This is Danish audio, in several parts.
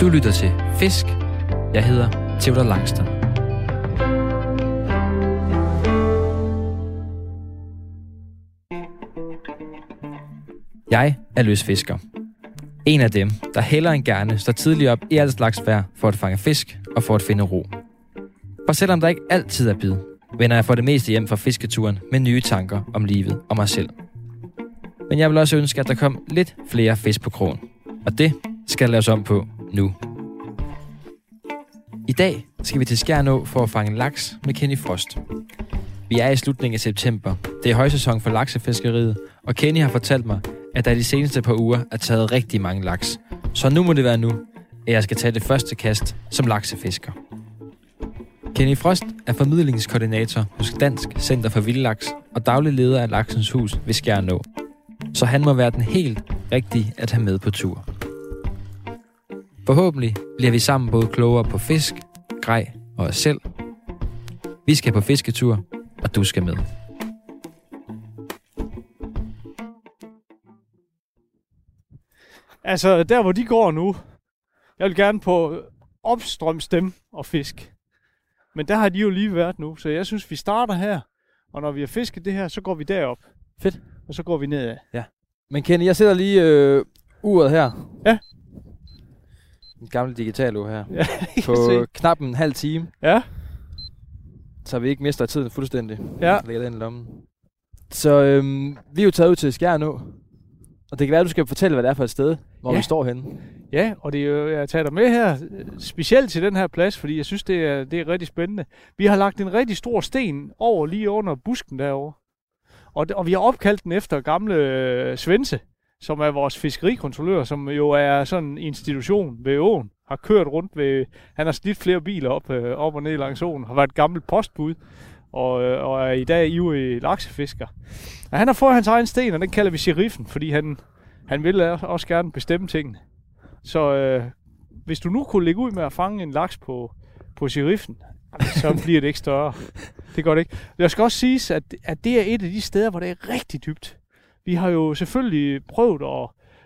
Du lytter til Fisk. Jeg hedder Theodor Langstrøm. Jeg er lystfisker. En af dem, der hellere end gerne står tidligt op i alt slags vejr for at fange fisk og for at finde ro. For selvom der ikke altid er bid, vender jeg for det meste hjem fra fisketuren med nye tanker om livet og mig selv. Men jeg vil også ønske, at der kom lidt flere fisk på krogen. Og det skal laves om på nu. I dag skal vi til Skjern for at fange laks med Kenny Frost. Vi er i slutningen af september. Det er højsæson for laksefiskeriet, og Kenny har fortalt mig, at der de seneste par uger er taget rigtig mange laks. Så nu må det være nu, at jeg skal tage det første kast som laksefisker. Kenny Frost er formidlingskoordinator hos Dansk Center for Vildlaks og daglig leder af Laksens Hus ved Skjern. Så han må være den helt rigtige at have med på tur. Forhåbentlig bliver vi sammen både klogere på fisk, grej og os selv. Vi skal på fisketur, og du skal med. Altså, der hvor de går nu, jeg vil gerne på opstrøms dem og fisk. Men der har de jo lige været nu, så jeg synes, vi starter her. Og når vi har fisket det her, så går vi derop. Fedt. Og så går vi nedad. Ja. Men Kenny, jeg sætter lige uret her. Ja. En gammel digital ur her. Ja, på knap en halv time. Ja. Så vi ikke mister tiden fuldstændig. Ja. Lægger den i lommen. Så vi er jo taget ud til Skjern. Og det kan være, at du skal fortælle, hvad det er for et sted, hvor vi står henne. Ja, og det er jo, jeg tager dig med her, specielt til den her plads, fordi jeg synes, det er rigtig spændende. Vi har lagt en rigtig stor sten over lige under busken derovre. Og vi har opkaldt den efter gamle Svense, som er vores fiskerikontrollør, som jo er sådan en institution ved åen. Har kørt rundt ved, han har slidt flere biler op og ned langs åen, har været et gammelt postbud, og er i dag ivrig laksefisker. Og han har fået hans egen sten, og den kalder vi sheriffen, fordi han vil også gerne bestemme tingene. Så hvis du nu kunne lægge ud med at fange en laks på sheriffen, så bliver det ikke større. Det går det ikke. Det skal også siges, at det er et af de steder, hvor det er rigtig dybt. Vi har jo selvfølgelig prøvet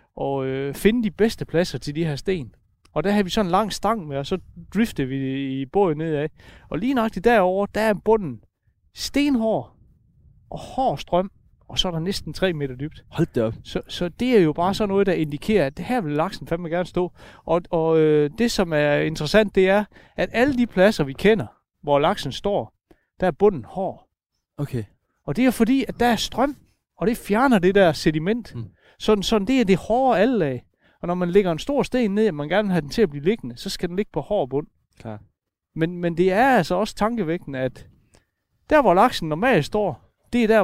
at finde de bedste pladser til de her sten. Og der har vi sådan en lang stang med, og så drifter vi i båden nedad. Og lige nøjagtigt derovre, der er bunden stenhård og hård strøm, og så er der næsten 3 meter dybt. Hold da op. Så det er jo bare sådan noget, der indikerer, at det her vil laksen fandme gerne stå. Og det, som er interessant, det er, at alle de pladser, vi kender, hvor laksen står, der er bunden hård. Okay. Og det er fordi, at der er strøm, og det fjerner det der sediment. Sådan det er det hårde allag. Og når man lægger en stor sten ned, og man gerne vil have den til at blive liggende, så skal den ligge på hård bund. Klar. Men det er altså også tankevækkende, at der, hvor laksen normalt står, det er der,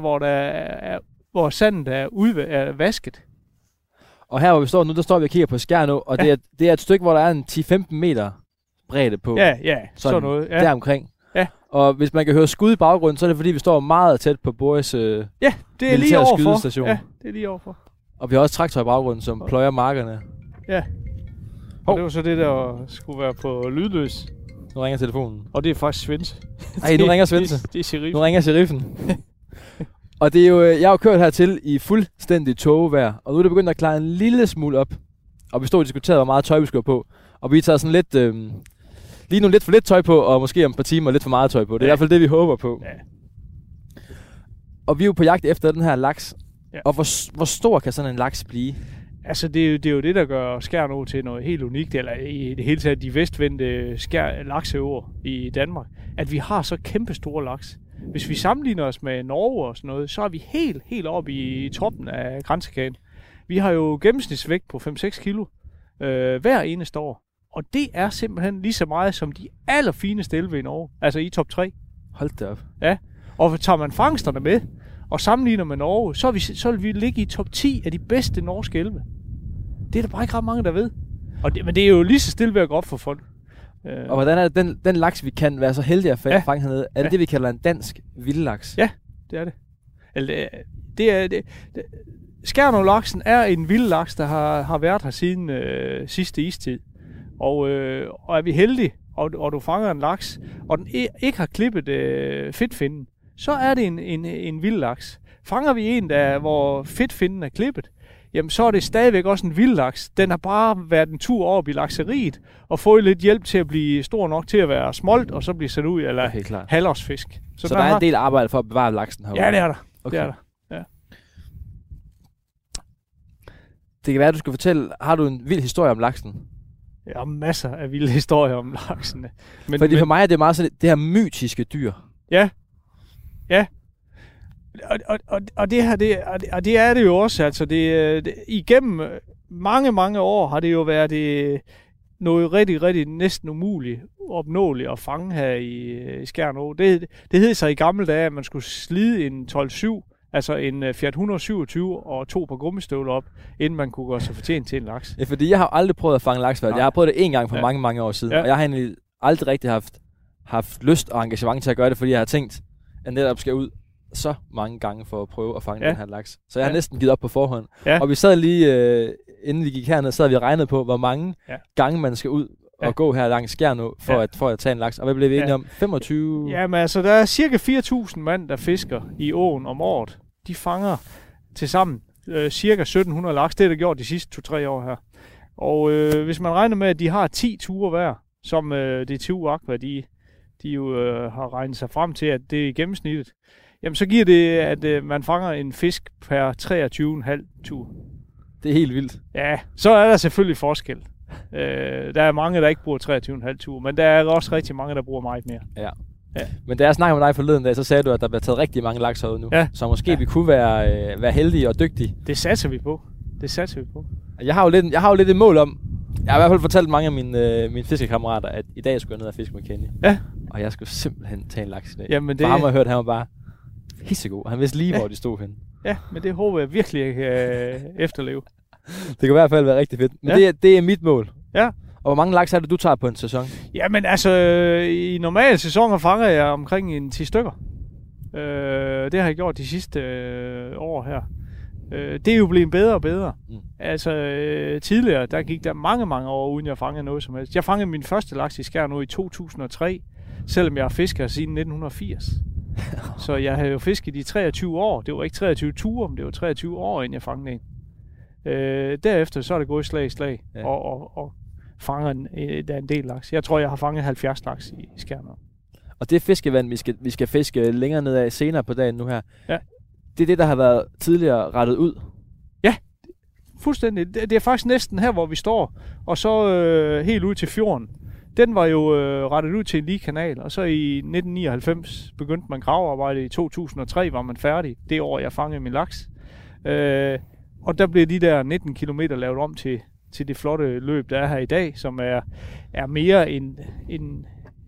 hvor sandet er vasket. Og her, hvor vi står nu, der står vi og kigger på Skjern, og det er et stykke, hvor der er en 10-15 meter bredde på. Ja, sådan noget. Ja. Deromkring. Ja. Og hvis man kan høre skud i baggrunden, så er det fordi, vi står meget tæt på Boris det er lige overfor. skydestation. Ja, det er lige overfor. Og vi har også traktor i baggrunden, som pløjer markerne. Ja. Og det var så det, der skulle være på lydløs. Nu ringer telefonen. Og det er faktisk Svense. Nej, nu ringer Svense. Det er sheriffen. Nu ringer sheriffen. Og det er jo, jeg har jo kørt hertil i fuldstændig tågevejr, og nu er det begyndt at klare en lille smule op. Og vi stod og diskuterede, hvor meget tøj vi skulle på. Og vi tager sådan lidt, lige nu lidt for lidt tøj på, og måske om et par timer lidt for meget tøj på. Det er i hvert fald det, vi håber på. Ja. Og vi er jo på jagt efter den her laks. Ja. Og hvor stor kan sådan en laks blive? Altså, det er jo det, der gør Skjern til noget helt unikt, eller i det hele taget de vestvendte lakseøer i Danmark, at vi har så kæmpe store laks. Hvis vi sammenligner os med Norge og sådan noget, så er vi helt oppe i toppen af grænsekagen. Vi har jo gennemsnitsvægt på 5-6 kilo hver eneste år. Og det er simpelthen lige så meget som de allerfineste elve i Norge, altså i top 3. Hold da op. Ja, og tager man fangsterne med, og sammenligner med Norge, så vil vi ligge i top 10 af de bedste norske elve. Det er der bare ikke ret mange, der ved. Men det er jo lige så stille ved at gå op for folk. Og hvordan er det, den laks, vi kan være så heldige at fange hernede, er det, vi kalder en dansk vildlaks? Ja, det er det. Det Skjernålaksen er en vildlaks, der har været her siden sidste istid. Og er vi heldige, og du fanger en laks, og den ikke har klippet fedtfinden, så er det en vild laks. Fanger vi en, hvor fedtfinden er klippet, jamen så er det stadigvæk også en vild laks. Den har bare været en tur over i lakseriet, og fået lidt hjælp til at blive stor nok til at være smolt, og så blive sat ud, eller halvårsfisk. Så der er en del arbejde for at bevare laksen herude? Ja, det er der. Okay. Det er der. Ja. Det kan være, at du skal fortælle, har du en vild historie om laksen? Jeg har masser af vilde historier om laksen. Fordi for mig er det meget sådan det her mytiske dyr. Ja. Ja. Og det her, det er det jo også. Altså igennem mange år har det jo været noget rigtig næsten umuligt opnåeligt at fange her i Skjern Å. Det hed sig i gamle dage, at man skulle slide en 12-7, altså en Fiat 127 og 2 par gummistøvler op, inden man kunne gøre sig fortjent til en laks. Ja, fordi jeg har aldrig prøvet at fange laks før. Jeg har prøvet det en gang for mange år siden, og jeg har egentlig aldrig rigtig haft lyst og engagement til at gøre det, fordi jeg har tænkt, at jeg netop skal ud så mange gange for at prøve at fange den her laks. Så jeg har næsten givet op på forhånd. Ja. Og vi sad lige, inden vi gik herned, så havde vi regnet på, hvor mange gange man skal ud og gå her langs Skjern Å for at tage en laks. Og hvad blev vi enige om? 25? Jamen altså, der er cirka 4.000 mand, der fisker i åen om året. De fanger til sammen cirka 1.700 laks. Det er der gjort de sidste 2-3 år her. Og hvis man regner med, at de har 10 ture hver, som DTU Aqua, de jo har regnet sig frem til, at det er i gennemsnittet, jamen så giver det, at man fanger en fisk per 23,5 tur. Det er helt vildt. Ja, så er der selvfølgelig forskel. Der er mange, der ikke bruger 23,5 tur, men der er også rigtig mange, der bruger meget mere. Ja. Men da jeg snakkede med dig forleden dag, så sagde du, at der bliver taget rigtig mange laks herude nu. Ja. Så måske vi kunne være heldige og dygtige. Det satser vi på. Jeg har jo lidt et mål om, jeg har i hvert fald fortalt mange af mine fiskekammerater, at i dag skulle jeg ned og fiske med Kenny. Ja. Og jeg skulle simpelthen tage en laks i dag. Jamen det... For ham har jeg hørt, han var bare hissegod. Han vidste lige, hvor de stod henne. Ja, men det håber jeg virkelig, jeg kan efterleve. Det kan i hvert fald være rigtig fedt. Men det er mit mål. Ja. Og hvor mange laks er det, du tager på en sæson? Jamen altså, i normale sæsoner fanger jeg omkring en 10 stykker. Det har jeg gjort de sidste år her. Det er jo blevet bedre og bedre. Altså tidligere, der gik der mange år, uden jeg fangede noget som helst. Jeg fangede min første laks i Skjern Å i 2003, selvom jeg har fisket siden 1980. Så jeg havde jo fisket i 23 år. Det var ikke 23 ture, men det var 23 år, inden jeg fangede en. Derefter så er det gået slag i slag, og fanger der er en del laks. Jeg tror, jeg har fanget 70 laks i Skjern Å. Og det fiskevand, vi skal fiske længere nedad senere på dagen nu her, det er det, der har været tidligere rettet ud? Ja, fuldstændig. Det er faktisk næsten her, hvor vi står, og så helt ud til fjorden. Den var jo rettet ud til en lige kanal, og så i 1999 begyndte man gravearbejde. I 2003 var man færdig, det år jeg fangede min laks. Og der blev de der 19 kilometer lavet om til det flotte løb, der er her i dag, som er mere en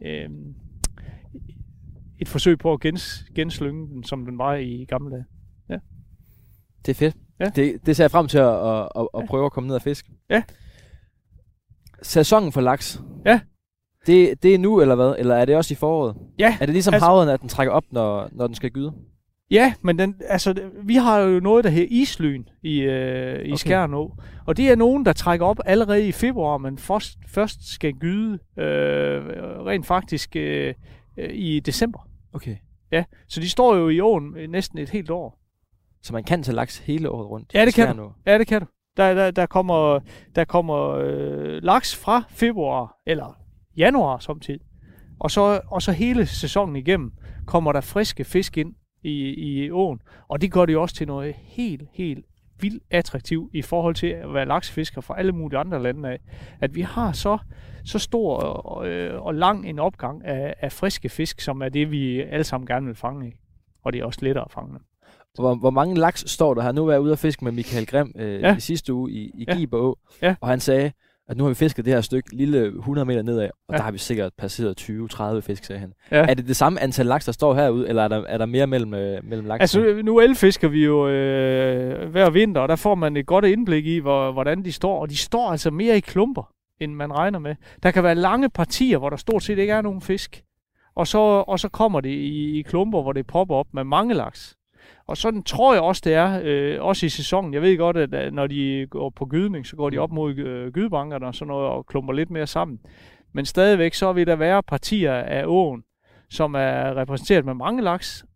et forsøg på at genslynge den, som den var i gamle dage. Ja. Det er fedt. Ja. Det ser jeg frem til at prøve at komme ned og fiske. Ja. Sæsonen for laks. Ja. Det er nu, eller hvad? Eller er det også i foråret? Ja. Er det ligesom havren, at den trækker op, når den skal gyde? Ja, men vi har jo noget, der hedder islyn i Skjern Å. Og det er nogen, der trækker op allerede i februar, men først skal gyde rent faktisk i december. Okay. Ja, så de står jo i åen næsten et helt år. Så man kan tage laks hele året rundt? Ja, det kan du. Ja, det kan du. Der kommer laks fra februar, eller januar samtidig. Og så hele sæsonen igennem kommer der friske fisk ind i åen. Og det gør det jo også til noget helt vildt attraktivt i forhold til at være laksefisker fra alle mulige andre lande af. At vi har så stor og lang en opgang af friske fisk, som er det, vi alle sammen gerne vil fange i. Og det er også lettere at fange dem. Hvor mange laks står der her? Nu var jeg ude at fiske med Michael Grimm i sidste uge i Giber Å, og han sagde, at nu har vi fisket det her stykke lille 100 meter nedad, og der har vi sikkert passeret 20-30 fisk, sagde han. Ja. Er det samme antal laks, der står herude, eller er der mere mellem laks? Altså nu elfisker vi jo hver vinter, og der får man et godt indblik i, hvordan de står, og de står altså mere i klumper, end man regner med. Der kan være lange partier, hvor der stort set ikke er nogen fisk, og så kommer det i klumper, hvor det popper op med mange laks. Og sådan tror jeg også, det er, også i sæsonen. Jeg ved godt, at når de går på gydning, så går de op mod gydebankerne og sådan noget, og klumper lidt mere sammen. Men stadigvæk, så vil der være partier af åen, som er repræsenteret med mange laks,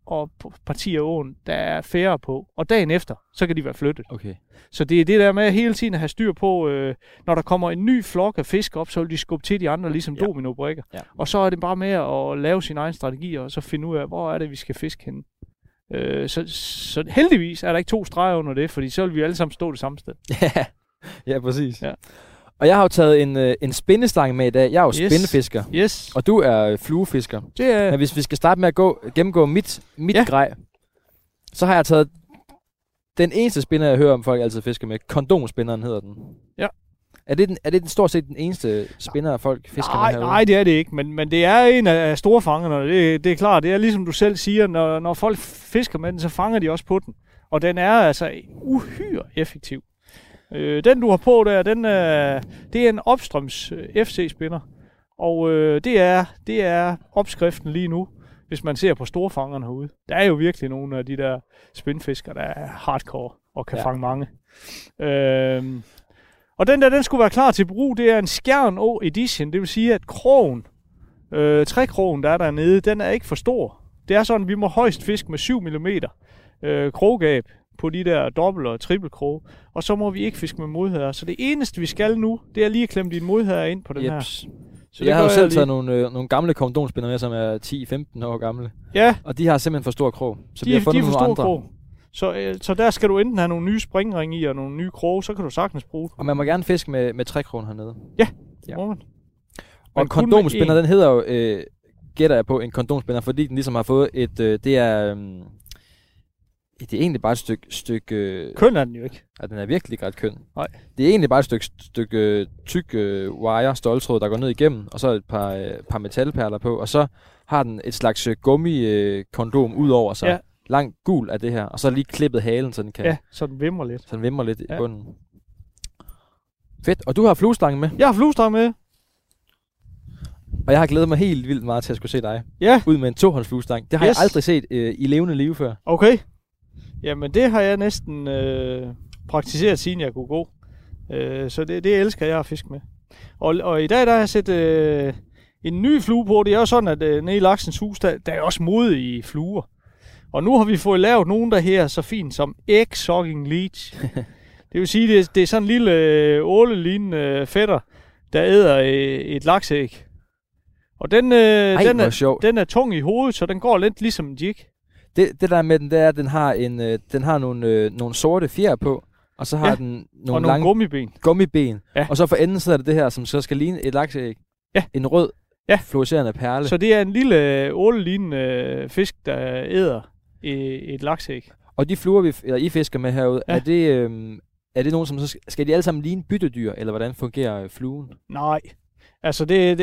og partier af åen, der er færre på. Og dagen efter, så kan de være flyttet. Okay. Så det er det der med hele tiden at have styr på, når der kommer en ny flok af fisk op, så vil de skubbe til de andre, ligesom dominobrikker. Ja. Og så er det bare med at lave sin egen strategi, og så finde ud af, hvor er det, vi skal fiske henne. Så heldigvis er der ikke 2 streger under det, fordi så vil vi alle sammen stå det samme sted. Ja, præcis. Ja. Og jeg har jo taget en spindestang med i dag. Jeg er jo spindefisker. Yes. Og du er fluefisker. Det er... Men hvis vi skal starte med at gennemgå mit grej, så har jeg taget den eneste spinder, jeg hører om folk altid fisker med. Kondomspinderen hedder den. Ja. Er det stort set den eneste spinder, folk fisker med herude? Nej, det er det ikke, men det er en af store fangerne. Det er klart, det er ligesom du selv siger, når folk fisker med den, så fanger de også på den. Og den er altså uhyre effektiv. Den du har på der, det er en opstrøms FC-spinder. Og det er opskriften lige nu, hvis man ser på storfangerne herude. Der er jo virkelig nogle af de der spindfiskere, der er hardcore og kan fange mange. Og den skulle være klar til brug. Det er en Skjern Å Edition. Det vil sige, at krogen, trækrogen, der er dernede, den er ikke for stor. Det er sådan, at vi må højst fiske med 7 mm kroggab på de der dobbelt- og trippelkroge. Og så må vi ikke fiske med modhager. Så det eneste, vi skal nu, det er lige at klemme dine modhager ind på den her. Så jeg har jo selv taget nogle gamle kondomspindere med, som er 10-15 år gamle. Ja. Og de har simpelthen for stor krog. Så de har fundet nogle andre. Krog. Så der skal du enten have nogle nye springringe i og nogle nye kroge, så kan du sagtens bruge det. Og man må gerne fiske med trækrogen hernede. Ja, det må man. Og kondomspinder, den hedder jo, gætter jeg på, en kondomspinder, fordi den ligesom har fået et, det er egentlig bare et stykke køn er den jo ikke. Ja, den er virkelig ret køn. Nej. Det er egentlig bare et stykke tyk wire, ståltråd, der går ned igennem, og så et par metalperler på, og så har den et slags gummikondom ud over sig. Ja. Langt gul af det her, og så lige klippet halen, så den kan... Ja, så den vimmer lidt. Så den vimmer lidt i bunden. Fedt. Og du har fluestangen med? Jeg har fluestangen med. Og jeg har glædet mig helt vildt meget til at skulle se dig. Ja. Ud med en 2-håndsfluestang. Det har jeg aldrig set i levende liv før. Okay. Jamen, det har jeg næsten praktiseret, siden jeg kunne gå. Så det elsker jeg at fiske med. Og i dag, der har jeg set en ny flue på. Det er jo sådan, at nede i Laksens Hus, der er også mode i fluer. Og nu har vi fået lavet nogen der her så fint som egg-sucking leech. Det vil sige, det er sådan en lille ålelignende fætter, der æder et lakseæg. Og den er tung i hovedet, så den går lidt ligesom en jig. Det der med den, det er, at den har nogle sorte fjer på, og så har den nogle lange gummiben. Ja. Og så for enden så er det her, som så skal ligne et lakseæg. Ja. En rød, fluorescerende perle. Så det er en lille ålelignende fisk, der æder et lakseæg. Og de fluer, I fisker med herude, er det nogen, som så skal de alle sammen ligne byttedyr, eller hvordan fungerer fluen? Nej, altså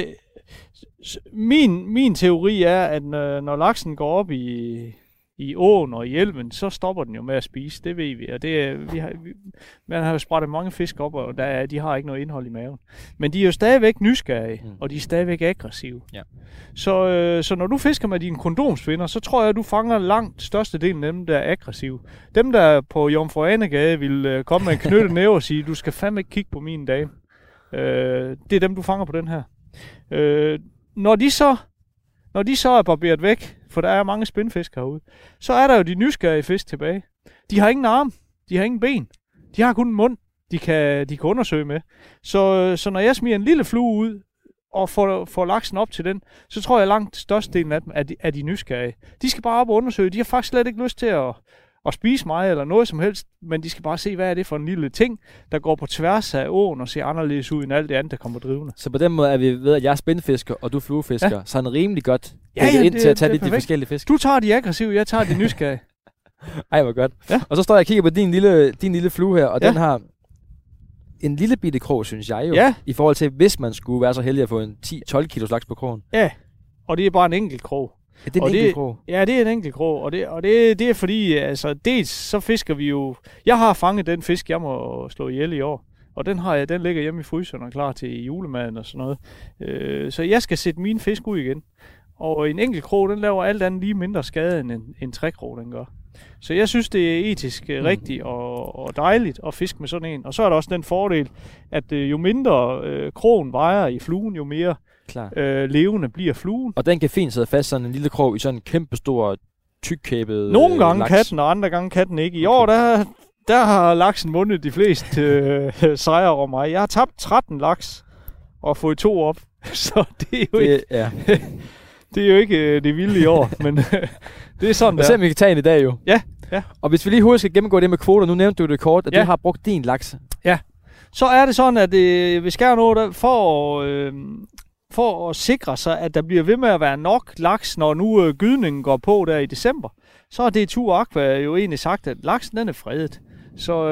min teori er, at når laksen går op i åen og i elven, så stopper den jo med at spise. Det ved vi. Og man har jo sprættet mange fisk op, og de har ikke noget indhold i maven. Men de er jo stadigvæk nysgerrige, og de er stadigvæk aggressive. Ja. Så når du fisker med dine kondomspinder, så tror jeg, at du fanger langt størstedelen af dem, der er aggressive. Dem, der på Jomfru Anegade vil komme med en knyttet næve og sige, du skal fandme ikke kigge på min dame. Det er dem, du fanger på den her. Når de så er barberet væk, for der er mange spindfisk herude, så er der jo de nysgerrige fisk tilbage. De har ingen arme, de har ingen ben, de har kun en mund, de kan undersøge med. Så når jeg smider en lille flue ud, og får laksen op til den, så tror jeg langt størstedelen af dem er de nysgerrige. De skal bare op og undersøge, de har faktisk slet ikke lyst til at spise mig eller noget som helst, men de skal bare se, hvad er det for en lille ting, der går på tværs af åen og ser anderledes ud end alt det andet, der kommer drivende. Så på den måde er vi ved, at jeg er spindfisker, og du er fluefisker, så er den rimelig godt ind til at tage lidt de forskellige fisk. Du tager de aggressive, jeg tager de nysgerrige. Ej, hvor godt. Ja. Og så står jeg og kigger på din lille flue her, og den har en lille bitte krog, synes jeg jo, i forhold til, hvis man skulle være så heldig at få en 10-12 kilos laks på krogen. Ja, og det er bare en enkelt krog. Ja, det er en enkelt krog. Ja, det er en enkelt krog, og det er fordi, altså, dels så fisker vi jo... Jeg har fanget den fisk, jeg må slå ihjel i år, og den ligger hjemme i fryseren og klar til julemaden og sådan noget. Så jeg skal sætte mine fisk ud igen. Og en enkelt krog, den laver alt andet lige mindre skade, end en trækrog, den gør. Så jeg synes, det er etisk rigtigt og dejligt at fiske med sådan en. Og så er der også den fordel, at jo mindre krogen vejer i fluen, jo mere levende bliver fluen. Og den kan fint sidde fast sådan en lille krog i sådan en kæmpe stor tykkæbet Nogle gange laks. kan den, og andre gange kan den ikke. I år, der har laksen vundet de fleste sejre over mig. Jeg har tabt 13 laks og fået 2 op. Så det er jo ikke, det er jo ikke det vilde i år, men det er sådan, der. Og se, om vi kan tage en i dag jo. Ja. Og hvis vi lige hurtigt skal gennemgå det med kvoter, nu nævnte du det kort, at du har brugt din laks. Ja, så er det sådan, at vi skal noget for at sikre sig, at der bliver ved med at være nok laks, når nu gydningen går på der i december, så har DTU Aqua jo egentlig sagt, at laksen den er fredet. Så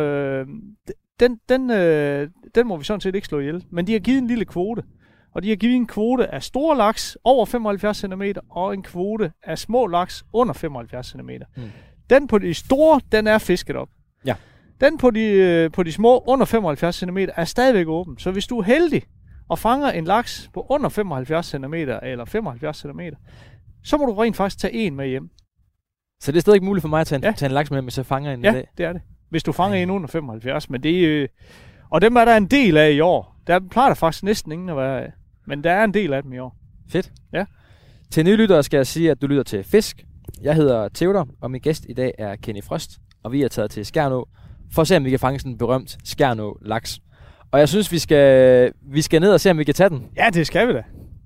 den må vi sådan set ikke slå ihjel. Men de har givet en lille kvote. Og de har givet en kvote af store laks over 75 cm og en kvote af små laks under 75 cm. Den på de store, den er fisket op. Ja. Den på de små under 75 cm er stadigvæk åben. Så hvis du er heldig og fanger en laks på under 75 cm eller 75 cm, så må du rent faktisk tage en med hjem. Så det er stadig ikke muligt for mig at tage en laks med, hvis jeg fanger en i dag? Ja, det er det. Hvis du fanger en under 75. Men det, og dem er der en del af i år. Der plejer der faktisk næsten ingen at være af. Men der er en del af dem i år. Fedt. Ja. Til nye lyttere skal jeg sige, at du lytter til Fisk. Jeg hedder Theodor, og min gæst i dag er Kenny Frost. Og vi er taget til Skjernå for at se, om vi kan fange sådan en berømt Skjernå-laks. Og jeg synes, vi skal ned og se, om vi kan tage den. Ja, det skal vi da.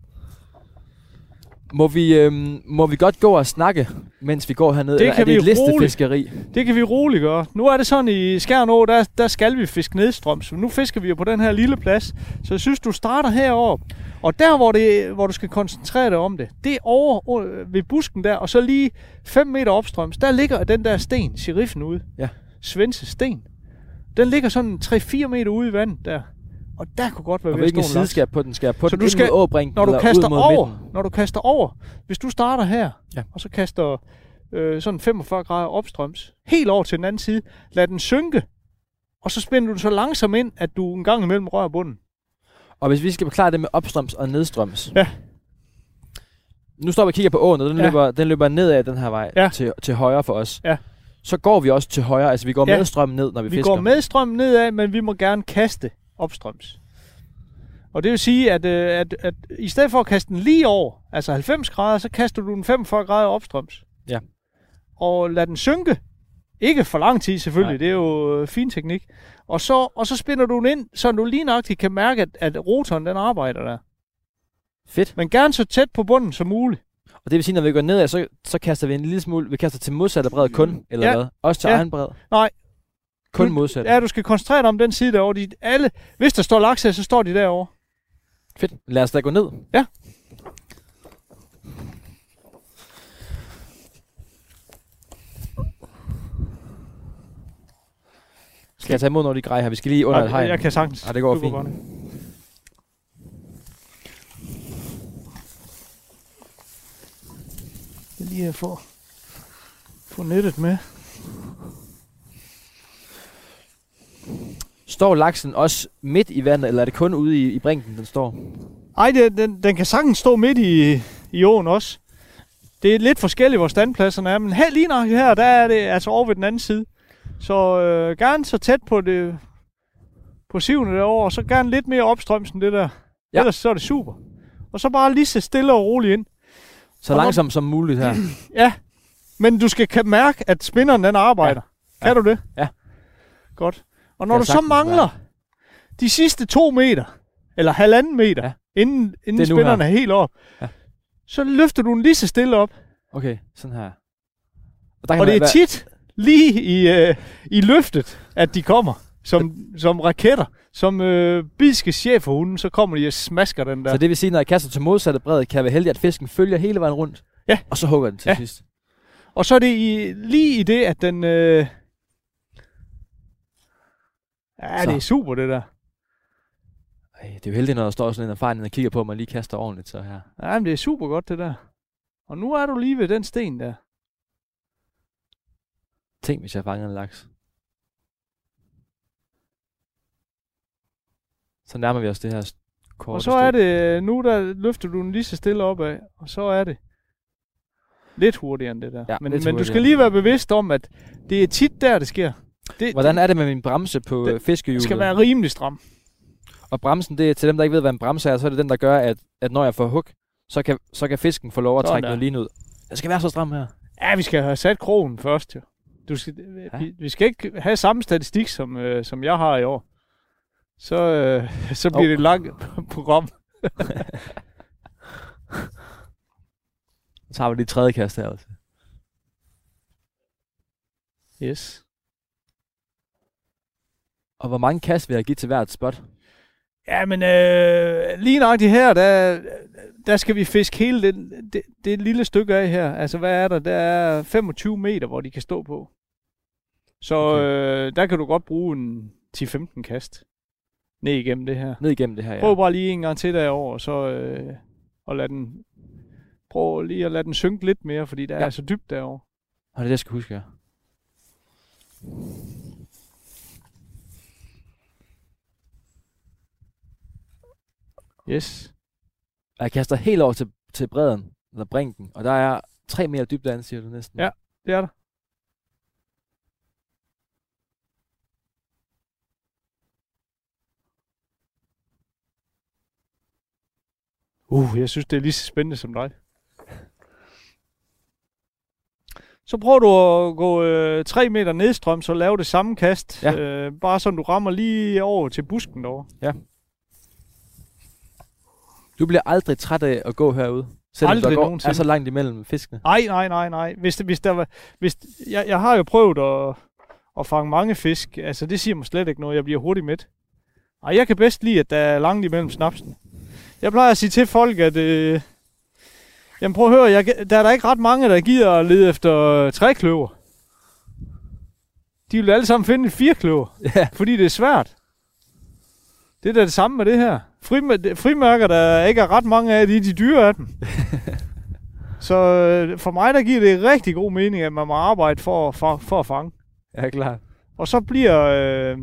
Må vi godt gå og snakke, mens vi går herned? Det kan vi et listefiskeri? Det kan vi roligt gøre. Nu er det sådan, i Skjernå, der skal vi fiske nedstrøms. Nu fisker vi jo på den her lille plads. Så jeg synes, du starter heroppe. Og der, hvor du skal koncentrere dig om det, det er over ved busken der, og så lige 5 meter opstrøms, der ligger den der sten, sheriffen ude. Ja. Svense sten. Den ligger sådan 3-4 meter ude i vandet der. Og der kunne godt være ved at stå en laks. Og hvilken side skal jeg på den? Skal jeg på så den ind mod åbringen, når du eller kaster ud mod over, midten? Når du kaster over, hvis du starter her, ja, og så kaster sådan 45 grader opstrøms, helt over til den anden side, lad den synke, og så spænder du den så langsomt ind, at du en gang imellem rører bunden. Og hvis vi skal forklare det med opstrøms og nedstrøms. Ja. Nu står vi og kigger på åen, og den løber nedad den her vej til højre for os. Ja. Så går vi også til højre, altså vi går med strømmen ned, når vi fisker. Vi går med strømmen nedad, men vi må gerne kaste opstrøms. Og det vil sige, at i stedet for at kaste den lige over, altså 90 grader, så kaster du den 45 grader opstrøms. Ja. Og lad den synke. Ikke for lang tid selvfølgelig, nej. Det er jo fin teknik. Og så spænder du den ind, så du lige nøjagtigt kan mærke, at rotoren den arbejder der. Fedt. Men gerne så tæt på bunden som muligt. Og det vil sige, når vi går nedad, så kaster vi en lille smule, vi kaster til modsatte bred kun, eller hvad? Også til egen bred? Nej. Kun modsatte? Ja, du skal koncentrere dig om den side derovre. Hvis der står laks her, så står de derovre. Fedt. Lad os da gå ned. Ja. Skal jeg tage imod, når de grej her? Vi skal lige under et hegn. Jeg kan sagtens. Det går fint. Jeg lige at få nettet med. Står laksen også midt i vandet, eller er det kun ude i brinken, den står? Nej, den kan sagtens stå midt i åen også. Det er lidt forskelligt, hvor standpladserne er, men lige nok her, der er det altså over ved den anden side. Så gerne så tæt på sivene derovre, og så gerne lidt mere opstrøms end det der. Ja. Ellers så er det super. Og så bare lige så stille og roligt ind. Så langsomt som muligt her. Ja, men du skal mærke, at spinneren den arbejder. Ja. Kan du det? Ja. Godt. Og når du så mangler de sidste 2 meter, eller 1,5 meter, inden spinneren er helt op, så løfter du den lige så stille op. Okay, sådan her. Og det er tit lige i løftet, at de kommer som raketter. Som bidske cheferhunden, så kommer de og smasker den der. Så det vil sige, når jeg kaster til modsatte bred, kan jeg være heldig, at fisken følger hele vejen rundt? Ja. Og så hugger den til sidst? Og så er det lige i det, at den... det er super, det der. Det er jo heldigt, når der står sådan en erfaring, og kigger på, at man lige kaster ordentligt så her. Ja, men det er super godt, det der. Og nu er du lige ved den sten der. Tænk, hvis jeg fanger en laks. Så nærmer vi os det her korte. Og så er det, nu der løfter du den lige så stille opad, og så er det lidt hurtigere end det der. Ja, men du skal lige være bevidst om, at det er tit der, det sker. Hvordan er det med min bremse på fiskehjulet? Det skal være rimelig stram. Og bremsen, det er til dem, der ikke ved, hvad en bremse er, så er det den, der gør, at når jeg får hug, så kan fisken få lov at trække noget lige ud. Den skal være så stram her. Ja, vi skal have sat krogen først, jo. Vi skal ikke have samme statistik, som jeg har i år. Så bliver det et langt program. Så tager vi lige tredje kast her også. Yes. Og hvor mange kast vil jeg give til hvert spot? Ja, men lige nøjagtigt her, der skal vi fiske hele det lille stykke af her. Altså, hvad er der? Der er 25 meter, hvor de kan stå på. Så okay. Der kan du godt bruge en 10-15 kast ned igennem det her. Ned igennem det her, ja. Prøv bare lige en gang til derovre, og så prøv lige at lade den synke lidt mere, fordi der er så dybt derovre. Og det er det, jeg skal huske, ja. Yes. Jeg kaster helt over til bredden, eller brinken, og der er 3 meter dybt derinde, siger du næsten. Ja, det er der. Jeg synes, det er lige så spændende som dig. Så prøver du at gå 3 meter nedstrøm, så lave det samme kast. Ja. Bare sådan, du rammer lige over til busken derovre. Ja. Du bliver aldrig træt af at gå herude? Selvom der er så langt imellem fiskene? Nej. Jeg har jo prøvet at fange mange fisk. Altså, det siger mig slet ikke noget. Jeg bliver hurtigt mæt. Ej, jeg kan bedst lide, at der er langt imellem snapsene. Jeg plejer at sige til folk, at jamen prøv at høre, der er der ikke ret mange, der gider at lede efter trækløver. De vil alle sammen finde et 4-kløver, fordi det er svært. Det er da det samme med det her. Frimærker, der ikke er ret mange af, de dyre af dem. Så for mig, der giver det rigtig god mening, at man må arbejde for at fange. Ja, klart. Og så bliver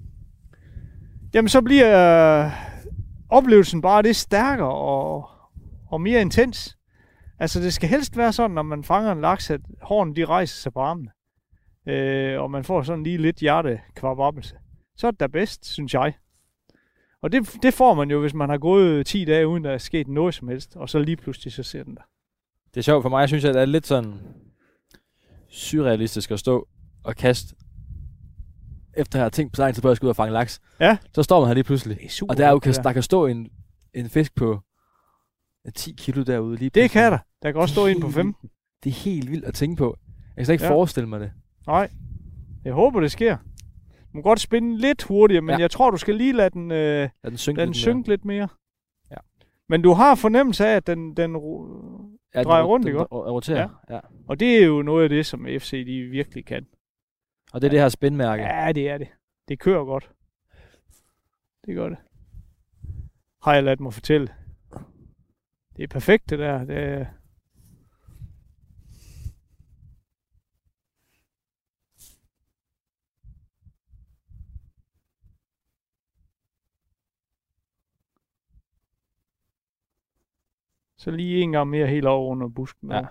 oplevelsen bare det stærkere og mere intens. Altså det skal helst være sådan, når man fanger en laks, at hårene de rejser sig på armene. Og man får sådan lige lidt hjertekvababbelse. Så er det da bedst, synes jeg. Og det får man jo, hvis man har gået 10 dage, uden der er sket noget som helst. Og så lige pludselig, så ser den der. Det er sjovt for mig. Jeg synes, at det er lidt sådan surrealistisk at stå og kaste. Efter at have tænkt på sig, så bør jeg skal ud og fange laks. Ja. Så står man her lige pludselig. Det er super, og der kan stå en fisk på 10 kilo derude lige pludselig. Det kan der. Der kan også stå en på 15. Det er helt vildt at tænke på. Jeg kan slet ikke forestille mig det. Nej. Jeg håber, det sker. Du må godt spænde lidt hurtigere, men jeg tror, du skal lige lade den synke lidt mere. Ja. Men du har fornemmelse af, at den drejer rundt, ikke? Roterer. Ja. Og det er jo noget af det, som FC de virkelig kan. Og det er det her spændmærke. Ja, det er det. Det kører godt. Det gør det. Har jeg ladt mig fortælle. Det er perfekt, det der. Det er... Så lige en gang mere helt over under busken. Ja.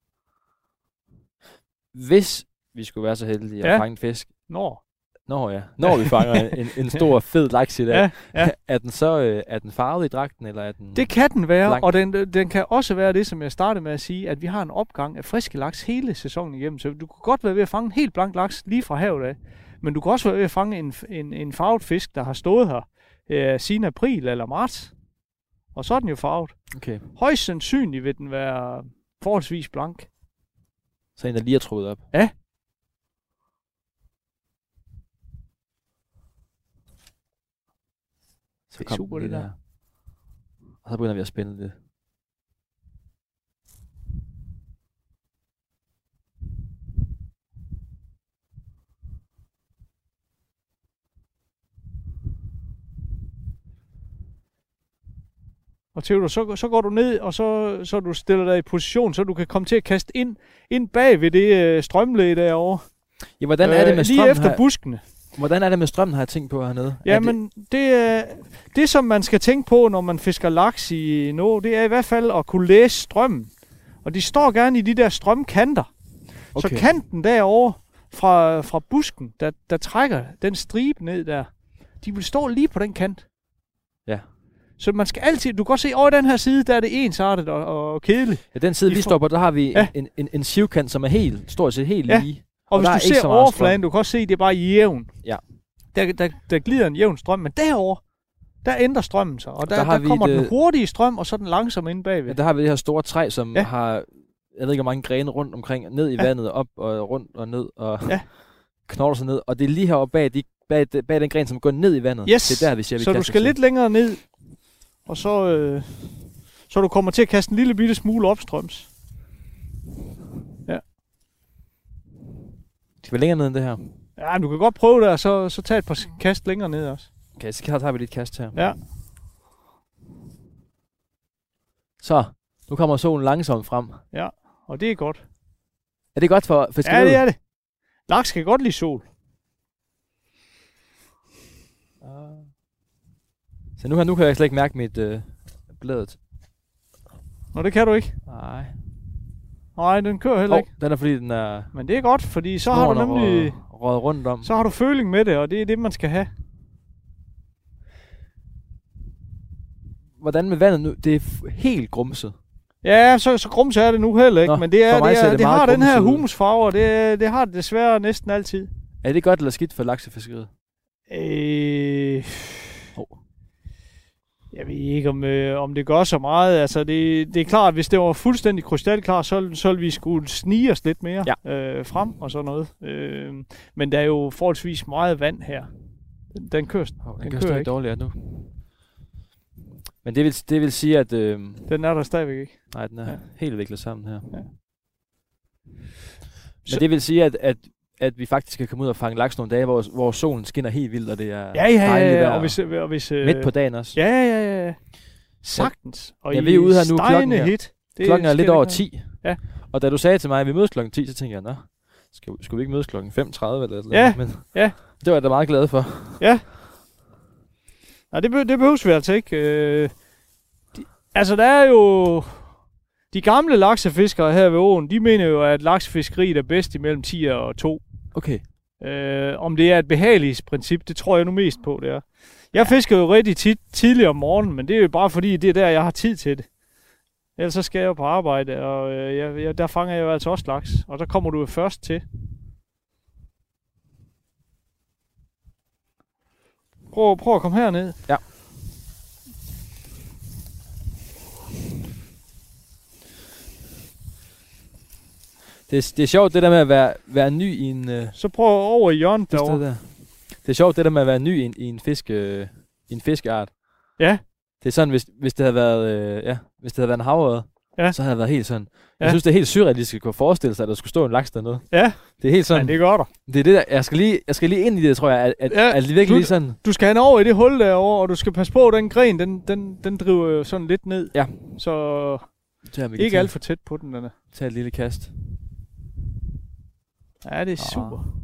Hvis vi skulle være så heldige at fange en fisk. Når vi fanger en stor, fed laks i dag. Ja. Er den farvet i dragten, eller er den... Det kan den være, blank? Og den kan også være det, som jeg startede med at sige, at vi har en opgang af friske laks hele sæsonen igennem. Så du kan godt være ved at fange en helt blank laks lige fra havet af. Men du kan også være ved at fange en farvet fisk, der har stået her siden april eller marts. Og så er den jo farvet. Okay. Højst sandsynligt vil den være forholdsvis blank. Så en, der lige er trukket op? Ja. Så kom super, det der. Og så begynder vi at spænde det. Og Theodor, så går du ned, og så du stiller dig i position, så du kan komme til at kaste ind bag ved det strømlæge derovre. Ja, hvordan er det med strømmen lige efter buskene. Hvordan er det med strømmen, har jeg tænkt på hernede? Jamen, det som man skal tænke på, når man fisker laks i Norge, det er i hvert fald at kunne læse strømmen. Og de står gerne i de der strømkanter. Okay. Så kanten derovre fra busken, der trækker den stribe ned der, de vil stå lige på den kant. Ja. Så man skal altid, du kan godt se, over den her side, der er det ensartet og kedeligt. Ja, den side, vi står på, der har vi en sivkant, som er stort set helt lige. Og hvis du ser overfladen, du kan også se, det er bare jævn. Ja. Der glider en jævn strøm, men derovre, der ændrer strømmen sig. Og der kommer den hurtige strøm, og så den langsomme inde bagved. Ja, der har vi det her store træ, som har, jeg ved ikke, hvor mange grene rundt omkring, ned i vandet, op og rundt og ned, og knogler sig ned. Og det er lige heroppe bag den gren, som går ned i vandet. Yes. Det er der, vi siger, vi så du skal lidt længere ned, og så du kommer til at kaste en lille bitte smule opstrøms. Ja. Skal vi længere ned end det her? Ja, men du kan godt prøve det, og så tage et par kast længere ned også. Okay, så tager vi lidt kast her. Ja. Så, nu kommer solen langsomt frem. Ja, og det er godt. Er det godt for fiskeriet? Ja, det er det. Laks kan godt lide sol. Så nu kan jeg slet ikke mærke mit bladet. Nå, det kan du ikke. Nej, den kører heller ikke. Den er fordi den er... Men det er godt, fordi så har du nemlig... Røget rundt om. Så har du føling med det, og det er det, man skal have. Hvordan med vandet nu? Det er helt grumset. Ja, så grumset er det nu heller ikke. Men det har den her humusfarve, og det har det desværre næsten altid. Er det godt eller skidt for laksefiskeriet? Jeg ved ikke, om det gør så meget. Altså, det er klart, at hvis det var fuldstændig krystalklar, så ville vi skulle snige os lidt mere frem og sådan noget. Men der er jo forholdsvis meget vand her. Den kører ikke dårligt nu. Men det vil sige, at... den er der stadigvæk ikke. Nej, den er helt viklet sammen her. Ja. Så men det vil sige, at vi faktisk kan komme ud og fange laks nogle dage, hvor solen skinner helt vildt, og det er dejligt vejr. Og hvis, midt på dagen også. Ja. Sagtens. Og vi er ude her nu, klokken er lidt over 10. Ja. Og da du sagde til mig, at vi mødes klokken 10, så tænkte jeg, nå, skulle vi ikke mødes klokken 5.30 eller noget? Ja, men det var jeg da meget glad for. Ja. Nej, det behøves vi altså ikke. Altså, der er jo... De gamle laksefiskere her ved åen, de mener jo, at laksefiskeriet er bedst imellem 10 og 2. Okay. Om det er et behagelighedsprincip, det tror jeg nu mest på, det er. Jeg fisker jo rigtig tit tidligt om morgenen, men det er jo bare fordi, det er der, jeg har tid til det. Ellers så skal jeg jo på arbejde, og der fanger jeg jo altså også laks. Og der kommer du jo først til. Prøv at komme herned. Ja. Det er sjovt, det der med at være ny i en... Så prøv over i hjørnet derovre. Det er sjovt, det der med at være ny i en fiskeart. Ja. Det er sådan, hvis det havde været, hvis det havde været en havørred, så havde det været helt sådan. Ja. Jeg synes, det er helt surrealistisk at kunne forestille sig, at der skulle stå en laks dernede. Ja. Det er helt sådan. Ja, det gør der. Det er det der, jeg skal lige ind i det, tror jeg, at det virkelig lige sådan. Du skal have over i det hul derovre, og du skal passe på, at den gren, den driver jo sådan lidt ned. Ja. Så ikke alt for tæt på den, denne. Tag et lille kast. Ja, det er super.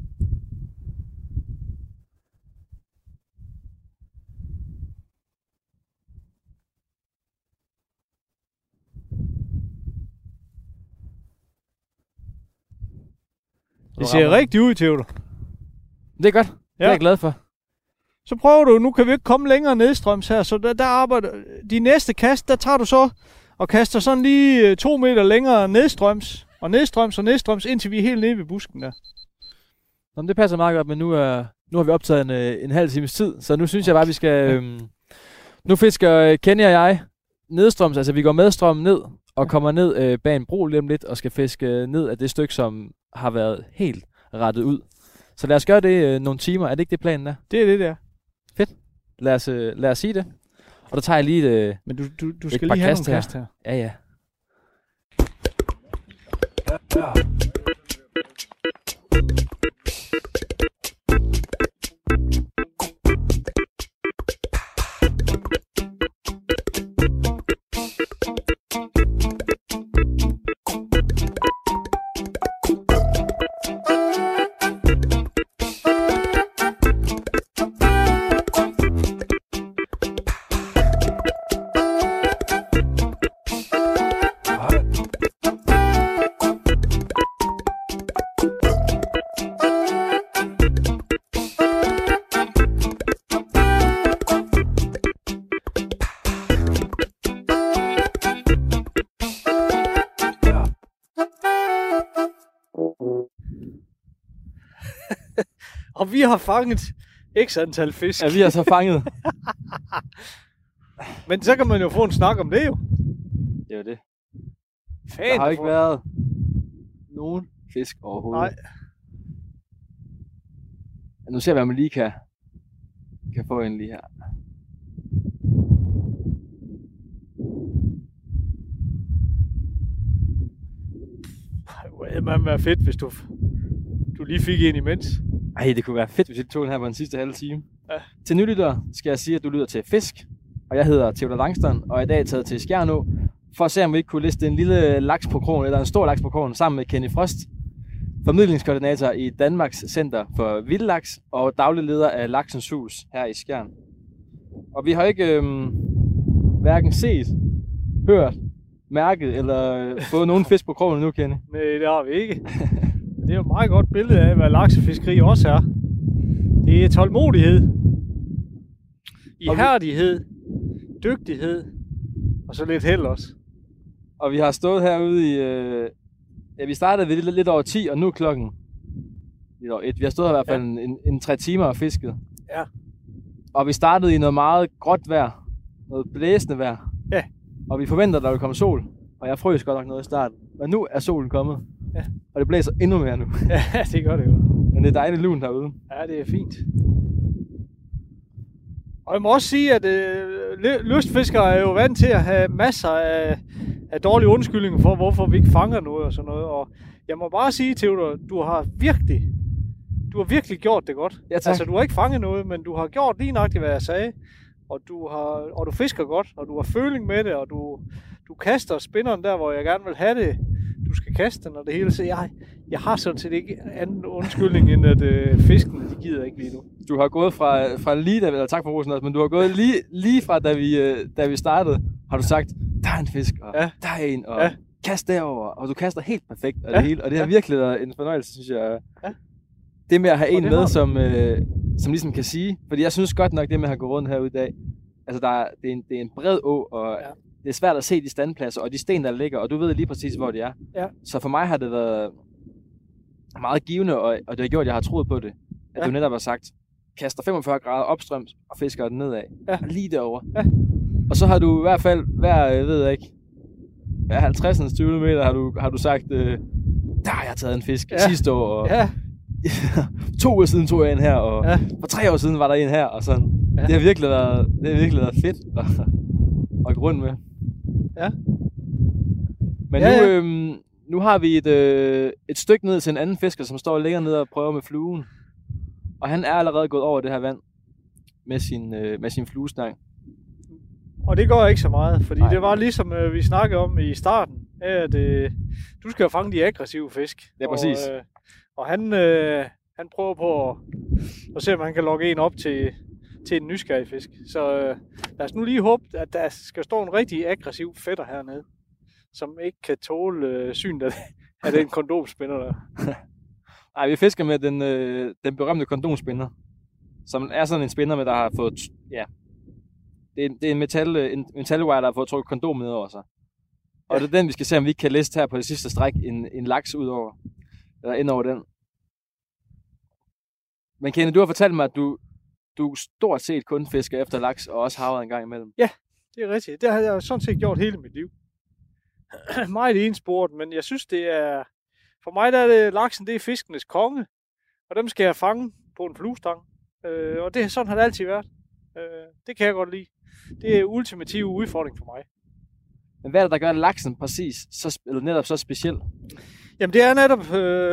Det ser rigtig ud, Theodor. Det er godt. Det er jeg glad for. Så prøver du, nu kan vi ikke komme længere nedstrøms her, så der arbejder de næste kast, der tager du så og kaster sådan lige 2 meter længere nedstrøms, og nedstrøms, indtil vi er helt nede ved busken der. Jamen, det passer meget godt, men nu har vi optaget en halv times tid, så nu synes jeg bare, at vi skal... nu fisker Kenny og jeg nedstrøms, altså vi går medstrømmen ned, og kommer ned bag en bro lige om lidt, og skal fiske ned af det stykke, som har været helt rettet ud. Så lad os gøre det nogle timer. Er det ikke det, planen er? Det er det, der. Fedt. Lad os sige det. Og der tager jeg lige et Men du skal lige have nogle kast her. Ja. Og vi har fanget x antal fisk. Ja, vi har så fanget. Men så kan man jo få en snak om det jo. Det er jo det. Fan, Der har ikke været nogen fisk overhovedet. Nej. Nu ser vi, om man lige kan få en lige her. Det må være fedt, hvis du lige fik en imens. Ej, det kunne være fedt, hvis vi tog den her på den sidste halve time. Ja. Til nylyttere skal jeg sige, at du lytter til Fisk. Og jeg hedder Theodor Langstrand, og i dag er jeg taget til Skjernå, for at se, om vi ikke kunne liste en lille laks på krogen, eller en stor laks på krogen, sammen med Kenny Frost, formidlingskoordinator i Danmarks Center for Vildlaks, og daglig leder af Laksens Hus her i Skjern. Og vi har ikke hverken set, hørt, mærket, eller fået nogen fisk på krogen nu, Kenny. Nej, det har vi ikke. Det er jo et meget godt billede af, hvad laksefiskeri også er. Det er tålmodighed, ihærdighed, dygtighed, og så lidt held også. Og vi har stået herude i... vi startede ved lidt over 10, og nu er klokken lidt over 1. Vi har stået her i hvert fald en 3 timer og fisket. Ja. Og vi startede i noget meget gråt vejr. Noget blæsende vejr. Ja. Og vi forventer, at der vil komme sol. Og jeg frøs godt nok noget i starten. Men nu er solen kommet. Ja. Og det blæser endnu mere nu. Ja, det gør det jo. Men det er dejligt lunt herude. Ja, det er fint. Og jeg må også sige, at lystfiskere er jo vant til at have masser af dårlige undskyldninger for, hvorfor vi ikke fanger noget og sådan noget. Og jeg må bare sige, Theodor, du har virkelig gjort det godt. Ja, tak. Altså, du har ikke fanget noget, men du har gjort lige nøjagtigt, hvad jeg sagde. Og du fisker godt, og du har føling med det, og du kaster spinneren der, hvor jeg gerne vil have det. Du skal kaste den, og det hele. Så jeg har sådan set ikke anden undskyldning, end at fisken, de gider ikke lige nu. Du har gået fra lige da, eller tak for rosen også, men du har gået lige fra da vi startede, har du sagt, der er en fisk, og der er en, og kast derover, og du kaster helt perfekt, og det hele, og det har virkelig været en fornøjelse, synes jeg. Ja. Det med at have en med, som ligesom kan sige, fordi jeg synes godt nok, det med at have gået rundt herude i dag, altså det er en bred å, og det er svært at se de standpladser, og de sten, der ligger, og du ved lige præcis, hvor de er. Ja. Så for mig har det været meget givende, og det har gjort, at jeg har troet på det. At du netop har sagt, kaster 45 grader opstrøms og fisker den nedad. Ja. Lige derovre. Ja. Og så har du i hvert fald hver 50. 20 meter har du sagt, der har jeg taget en fisk sidste år. Og 2 uger siden tog jeg en her, og for 3 år siden var der en her, og sådan. Ja. Det har virkelig været fedt at gå rundt med. Ja. Men nu har vi et stykke ned til en anden fisker, som står længere nede og prøver med fluen. Og han er allerede gået over det her vand med sin fluestang. Og det går ikke så meget, fordi det var ligesom vi snakkede om i starten, at du skal jo fange de aggressive fisk. Ja, præcis. Og han prøver på at se, om han kan lokke en op til en nysgerrig fisk. Så lad os nu lige håbe, at der skal stå en rigtig aggressiv fætter hernede, som ikke kan tåle synet af den kondomspinner der. Nej, vi fisker med den berømte kondomspinner, som er sådan en spinner, der har fået, det er en metalwire, der har fået trukket kondom ned over sig. Og det er den, vi skal se, om vi ikke kan liste her på det sidste stræk en laks ud over, eller ind over den. Men Kenny, du har fortalt mig, at du stort set kun fisker efter laks, og også havret en gang imellem. Ja, det er rigtigt. Det har jeg sådan set gjort hele mit liv. Meget ensport, men jeg synes, det er... For mig der er det, laksen, det er fiskenes konge, og dem skal jeg fange på en fluestang. Og sådan har det altid været. Det kan jeg godt lide. Det er ultimative udfordring for mig. Men hvad er det, der gør laksen præcis, eller netop så speciel? Jamen det er netop...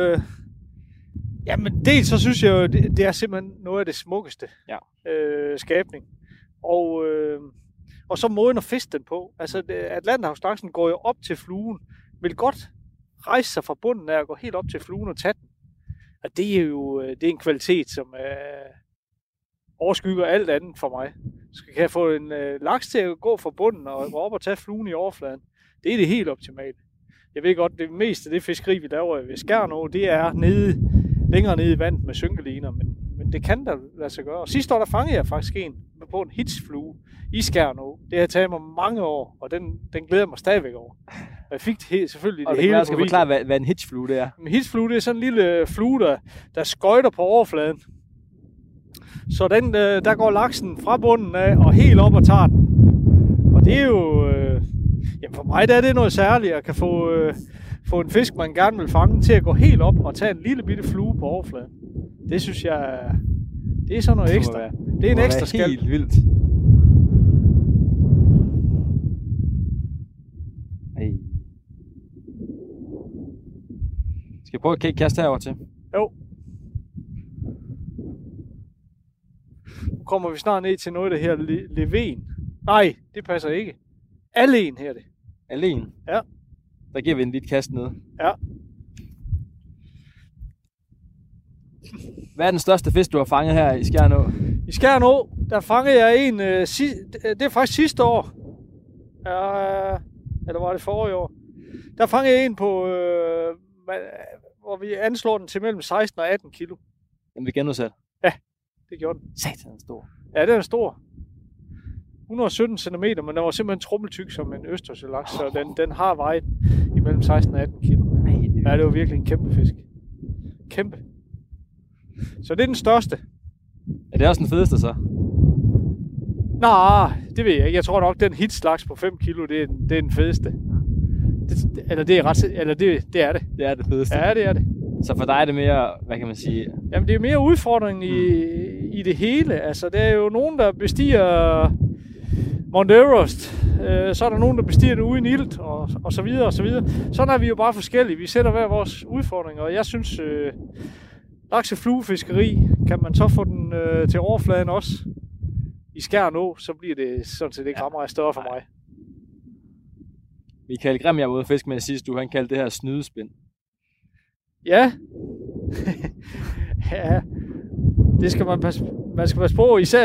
Jamen dels så synes jeg jo, det er simpelthen noget af det smukkeste skabning. Og så måden at fiske den på. Altså Atlanterhavslaksen går jo op til fluen, vil godt rejse sig fra bunden af og gå helt op til fluen og tage den. Og det er jo en kvalitet, som overskygger alt andet for mig. Så kan jeg få en laks til at gå fra bunden og gå op og tage fluen i overfladen. Det er det helt optimale. Jeg ved godt, det meste af det fiskeri, vi laver ved Skjernå, det er længere nede i vandet med synkeliner, men det kan der lade sig gøre. Og sidste år, der fangede jeg faktisk en på en hitchflue i Skjernå. Det har taget mig mange år, og den glæder mig stadigvæk over. Og jeg fik selvfølgelig det hele. Og skal forklare, hvad en hitchflue det er. En hitchflue, det er sådan en lille flue, der skøjter på overfladen. Så der går laksen fra bunden af og helt op og tager den. Og det er jo... jamen for mig der er det noget særligt at kan få en fisk, man gerne vil fange, til at gå helt op og tage en lille bitte flue på overfladen. Det synes jeg... Det er sådan noget ekstra. Det er en ekstra skal. Helt vildt. Hey. Skal jeg prøve at kaste herover til? Jo. Nu kommer vi snart ned til noget af det her leven. Nej, det passer ikke. Alen her det. Alen? Ja. Der giver vi en lille kast ned. Ja. Hvad er den største fisk, du har fanget her i Skjern Å? I Skjern Å, der fangede jeg en, det er faktisk sidste år. Eller var det forrige år? Der fangede jeg en på, hvor vi anslår den til mellem 16 og 18 kilo. Den vil genudsat? Ja, det gjorde den. Satan, stor. Ja, den er stor. 117 cm, men den var simpelthen trommeltyk som en østersølaks, så den har vejet imellem 16 og 18 kilo. Ja, det var virkelig en kæmpe fisk. Kæmpe. Så det er den største. Er det også den fedeste så? Nej, det ved jeg ikke. Jeg tror nok, den hitslaks på 5 kilo, det er den fedeste. Det er det. Det er det fedeste. Ja, det er det. Så for dig er det mere, hvad kan man sige? Jamen, det er mere udfordringen i det hele. Altså, der er jo nogen, der bestiger Mount Everest. Så er der nogen, der bestiger det uden ilt, og så videre, og så videre. Sådan er vi jo bare forskellige. Vi sætter hver vores udfordringer, og jeg synes, laksefluefiskeri, kan man så få den til overfladen også i Skjern Å, så bliver det sådan set ikke ret meget større for mig. Michael Grimm, jeg var ude at fiske med sidste uge, han kaldte det her snydespind. Ja. Ja. Det skal man skal passe på, især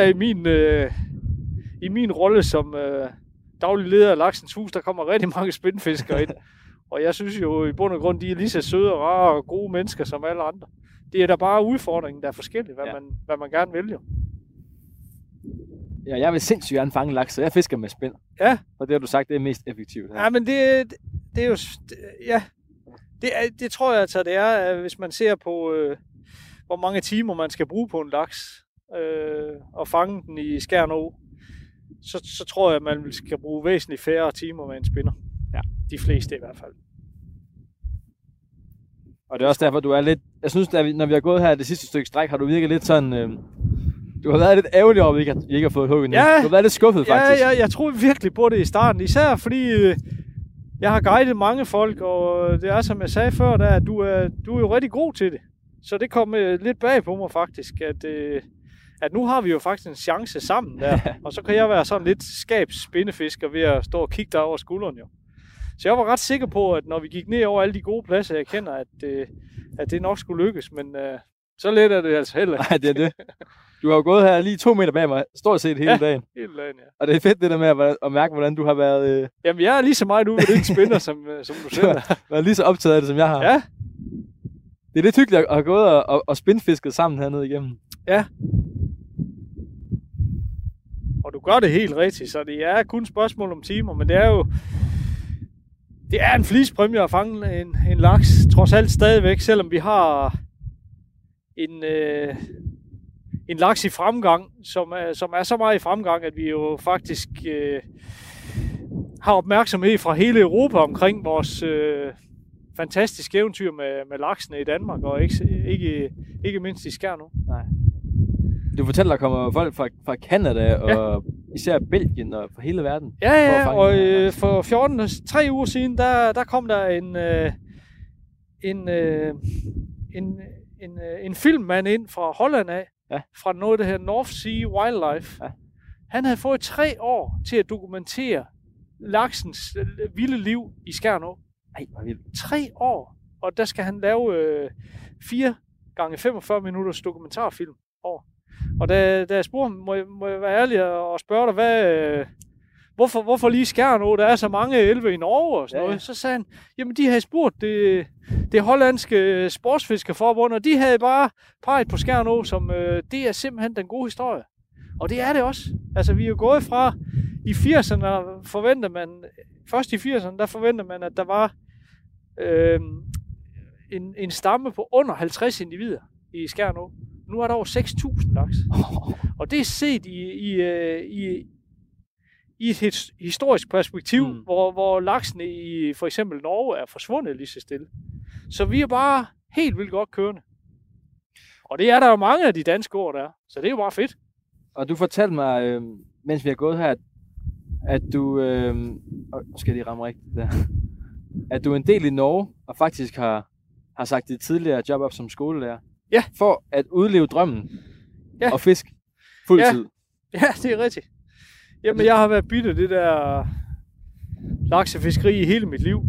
i min rolle som daglig leder af Laksens Hus, der kommer rigtig mange spindfiskere ind. Og jeg synes jo i bund og grund, de er lige så søde og rare og gode mennesker som alle andre. Det er da bare udfordringen, der er forskellig, hvad man gerne vælger. Ja, jeg vil sindssygt gerne fange laks, så jeg fisker med spind. Ja. Og det har du sagt, det er mest effektivt her. Ja, men det er jo... Ja. Det tror jeg altså, det er, hvis man ser på, hvor mange timer man skal bruge på en laks, og fange den i Skjern Å, så tror jeg, at man skal bruge væsentligt færre timer med en spinner. Ja. De fleste i hvert fald. Og det er også derfor, du er lidt... Jeg synes, når vi har gået her det sidste stykke stræk, har du virket lidt sådan... Du har været lidt ærgerlig over, at vi ikke har fået hugget ned. Du har været lidt skuffet, faktisk. Ja, jeg troede virkelig på det i starten. Især fordi jeg har guidet mange folk, og det er, som jeg sagde før, at du er jo rigtig god til det. Så det kom lidt bag på mig faktisk, at nu har vi jo faktisk en chance sammen der. Og så kan jeg være sådan lidt skabsspindefisker ved at stå og kigge der over skulderen jo. Så jeg var ret sikker på, at når vi gik ned over alle de gode pladser, jeg kender, at det nok skulle lykkes. Men så let er det altså heller ikke. Nej, det er det. Du har jo gået her lige 2 meter bag mig, stort set hele dagen. Hele dagen, ja. Og det er fedt det der med at mærke, hvordan du har været... Jamen, jeg er lige så meget ude ved den spinner, som du selv er. Du har lige så optaget af det, som jeg har. Ja. Det er lidt hyggeligt at have gået og spindfisket sammen hernede igennem. Ja. Og du gør det helt rigtigt, så det er kun et spørgsmål om timer, men det er jo... Det er en flispræmie at fange en laks, trods alt stadigvæk, selvom vi har en laks i fremgang, som er så meget i fremgang, at vi jo faktisk har opmærksomhed fra hele Europa omkring vores fantastiske eventyr med laksene i Danmark, og ikke mindst i Skjern Å. Nej. Du fortæller, der kommer folk fra Canada og især Belgien og fra hele verden. Ja, og for 3 uger siden, der kom der en filmmand ind fra Holland af, fra noget, der hedder North Sea Wildlife. Ja. Han havde fået 3 år til at dokumentere laksens vilde liv i Skjern Å. Ej, hvor vildt. 3 år, og der skal han lave 4 gange 45 minutters dokumentarfilm over. Og da jeg spurgte ham, må jeg være ærlig og spørge dig, hvorfor lige Skjern Å, der er så mange elve i Norge og sådan noget, så sagde han, jamen de havde spurgt det hollandske sportsfiskerforbund, og de havde bare peget på Skjern Å, som det er simpelthen den gode historie. Og det er det også. Altså vi er jo gået fra, i 80'erne forventer man, først i 80'erne, der forventer man, at der var en stamme på under 50 individer i Skjern Å. Nu er der over 6.000 laks. Og det er set i et historisk perspektiv, hvor laksen i for eksempel Norge er forsvundet lige så stille. Så vi er bare helt vildt godt kørende. Og det er der jo mange af de danske ord, der er. Så det er jo bare fedt. Og du fortalte mig, mens vi har gået her, at du... nu skal jeg lige ramme rigtigt der. At du er en del i Norge, og faktisk har sagt dit tidligere job op som skolelærer. Ja. For at udleve drømmen og fisk fuldtid. Ja, det er rigtigt. Jamen, jeg har været bidt af det der laksefiskeri i hele mit liv.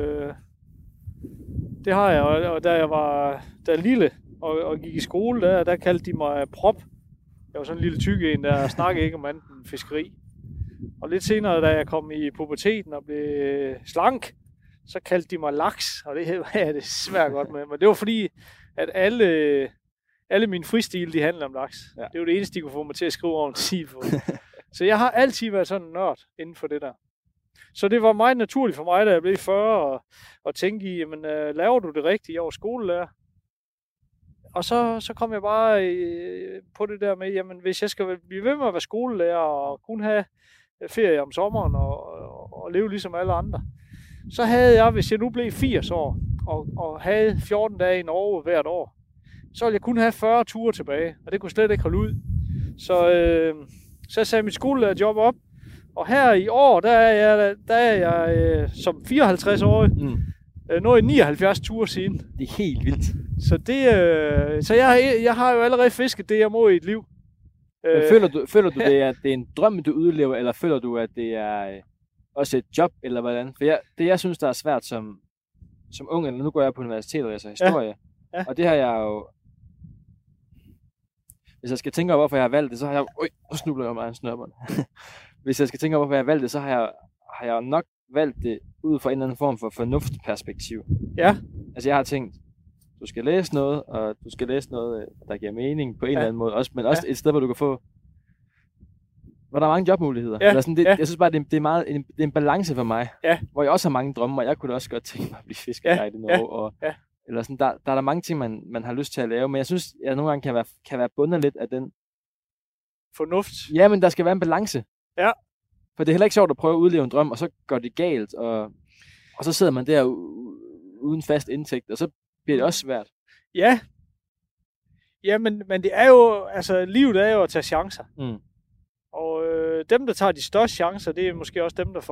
Det har jeg, og da jeg var lille og gik i skole, der kaldte de mig prop. Jeg var sådan en lille tykke en, der snakkede ikke om andet end fiskeri. Og lidt senere, da jeg kom i puberteten og blev slank, så kaldte de mig laks, og det er det svært godt med. Men det var fordi, at alle mine fristil, de handler om laks. Ja. Det var det eneste, de kunne få mig til at skrive om seafood. Så jeg har altid været sådan en nørd inden for det der. Så det var meget naturligt for mig, da jeg blev 40, og tænke i, jamen, laver du det rigtigt? Jeg var skolelærer. Og så kom jeg bare på det der med, jamen, hvis jeg skal blive ved med at være skolelærer, og kun have ferie om sommeren, og leve ligesom alle andre, så havde jeg, hvis jeg nu blev 80 år, og havde 14 dage i Norge hvert år, så ville jeg kun have 40 ture tilbage, og det kunne slet ikke holde ud. Så jeg sagde mit skolelærerjob op, og her i år, der er jeg som 54-årig nået 79 ture siden. Det er helt vildt. Så jeg har jo allerede fisket det, jeg må i et liv. Føler du det, at det er en drøm, du udlever, eller føler du, at det er også et job, eller hvordan? For jeg synes, der er svært som ung, eller nu går jeg på universitetet og læser historie, og det har jeg jo... Hvis jeg skal tænke over, hvorfor jeg har valgt det, så har jeg... nu snubler jeg mig en snørbånd. Hvis jeg skal tænke over, hvorfor jeg har valgt det, så har jeg nok valgt det ud fra en eller anden form for fornuftperspektiv. Ja. Altså jeg har tænkt, du skal læse noget, og du skal læse noget, der giver mening på en eller anden måde, men også et sted, hvor du kan få... Hvor der er mange jobmuligheder. Ja. Eller sådan, jeg synes bare, det er meget det er en balance for mig, hvor jeg også har mange drømme, og jeg kunne da også godt tænke mig at blive fiskeguide i Norge. Eller sådan, der er mange ting, man har lyst til at lave, men jeg synes, jeg nogle gange kan være bundet lidt af den fornuft. Ja, men der skal være en balance. Ja. For det er heller ikke sjovt at prøve at udleve en drøm, og så går det galt, og så sidder man der uden fast indtægt, og så bliver det også svært. Ja. Ja, men det er jo, altså livet er jo at tage chancer. Og dem, der tager de største chancer, det er måske også dem, der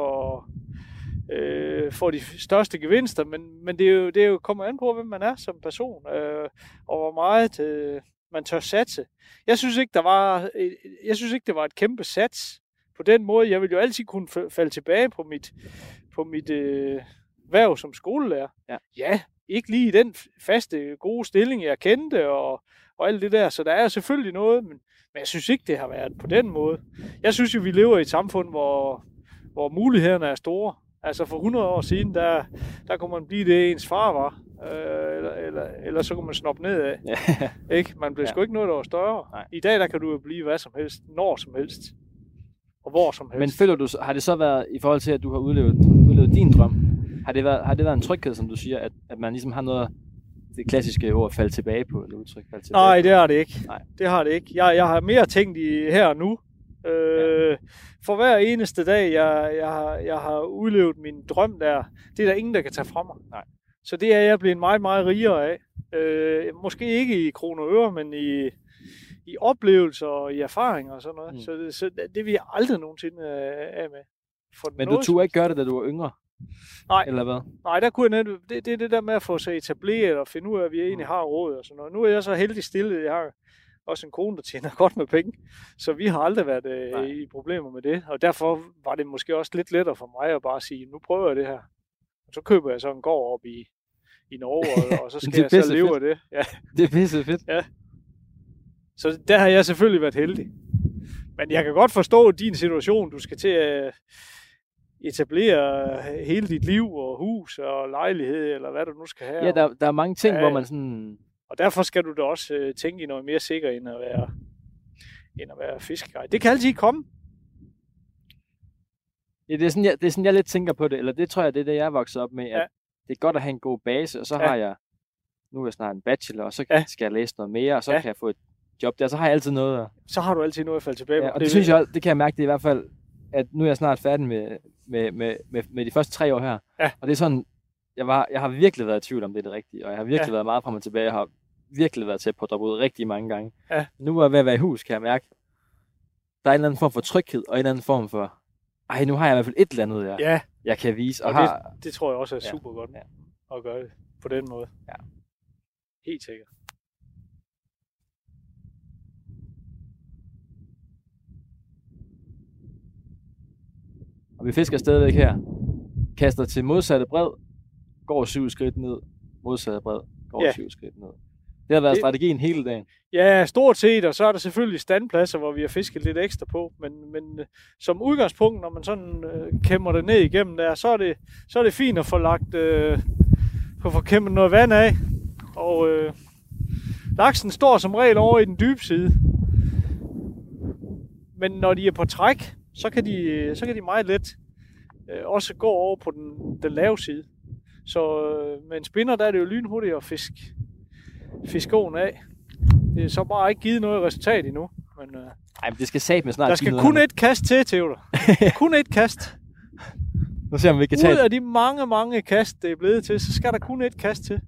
får de største gevinster, men det er jo kommer an på, hvem man er som person, og hvor meget man tør satse. Jeg synes ikke, det var et kæmpe sats på den måde. Jeg ville jo altid kunne falde tilbage på mit hverv som skolelærer. Ja, ikke lige i den faste, gode stilling, jeg kendte, og alt det der. Så der er selvfølgelig noget, men jeg synes ikke, det har været på den måde. Jeg synes jo, vi lever i et samfund, hvor mulighederne er store. Altså for 100 år siden, der kunne man blive det, ens far var. Eller så kunne man snoppe nedad. Ikke? Man blev sgu ikke noget, der var større. Nej. I dag, der kan du jo blive hvad som helst, når som helst. Og hvor som helst. Men føler du, har det så været, i forhold til, at du har udlevet din drøm, har det været en tryghed, som du siger, at man ligesom har noget, det klassiske ord, falde tilbage på, eller udtryk, falde tilbage Nej, på? det har det ikke. Nej. Det har det ikke. Jeg har mere tænkt i her og nu. For hver eneste dag, jeg har udlevet min drøm der, det er der ingen, der kan tage fra mig. Nej. Så det er jeg blevet meget, meget rigere af. Måske ikke i kroner og øre, men i oplevelser og i erfaringer og sådan noget. Så det vil jeg aldrig nogensinde af med. Men du turde ikke gøre det, da du var yngre? Nej. Eller hvad? Nej, der kunne jeg det er det der med at få sig etableret og finde ud af, at vi egentlig har råd og sådan noget. Nu er jeg så heldig stillet, jeg har også en kone, der tjener godt med penge, så vi har aldrig været i problemer med det, og derfor var det måske også lidt lettere for mig at bare sige, nu prøver jeg det her, og så køber jeg så en gård op i Norge, og så skal jeg så leve af det. Ja. Det er pisse fedt. Ja. Så der har jeg selvfølgelig været heldig. Men jeg kan godt forstå din situation, du skal til at etablere hele dit liv og hus og lejlighed, eller hvad du nu skal have. Ja, der er mange ting, hvor man sådan... Og derfor skal du da også tænke i noget mere sikkert, end at være fiskeguide. Det kan altid komme. Ja, det er sådan, jeg lidt tænker på det, eller det tror jeg, det er det, jeg er vokset op med, at det er godt at have en god base, og så har jeg, nu er jeg snart en bachelor, og så skal jeg læse noget mere, og så kan jeg få job der, så har jeg altid noget. Så har du altid noget at falde tilbage på. Ja, og det synes jeg, det kan jeg mærke det i hvert fald, at nu er jeg snart færdig med de første 3 år her. Ja. Og det er sådan, jeg har virkelig været i tvivl om det er det rigtige, og jeg har virkelig været meget frem og tilbage. Jeg har virkelig været tæt på at droppe ud rigtig mange gange. Ja. Nu er jeg ved at være i hus, kan jeg mærke. Der er en eller anden form for tryghed, og en eller anden form for, nu har jeg i hvert fald et eller andet, jeg kan vise. Og det tror jeg også er super godt at gøre det på den måde. Ja. Helt sikkert. Og vi fisker stadigvæk her. Kaster til modsatte bred, går 7 skridt ned. Modsatte bred, går 7 skridt ned. Det har været strategien hele dagen. Ja, stort set, og så er der selvfølgelig standpladser, hvor vi har fisket lidt ekstra på, men som udgangspunkt, når man sådan kæmmer det ned igennem der, så er det fint at få lagt, få kæmmet noget vand af, og laksen står som regel over i den dybe side. Men når de er på træk, så kan de meget let også gå over på den lave side. Så med en spinner, der er det jo lynhurtigt at fiske åen af. Det er så bare ikke givet noget resultat endnu. Men, men det skal satme snart. Der skal kun et kast til, Theodor. Kun et kast. Nu ser vi kan tage. Ud af de mange kast, det er blevet til, så skal der kun et kast til.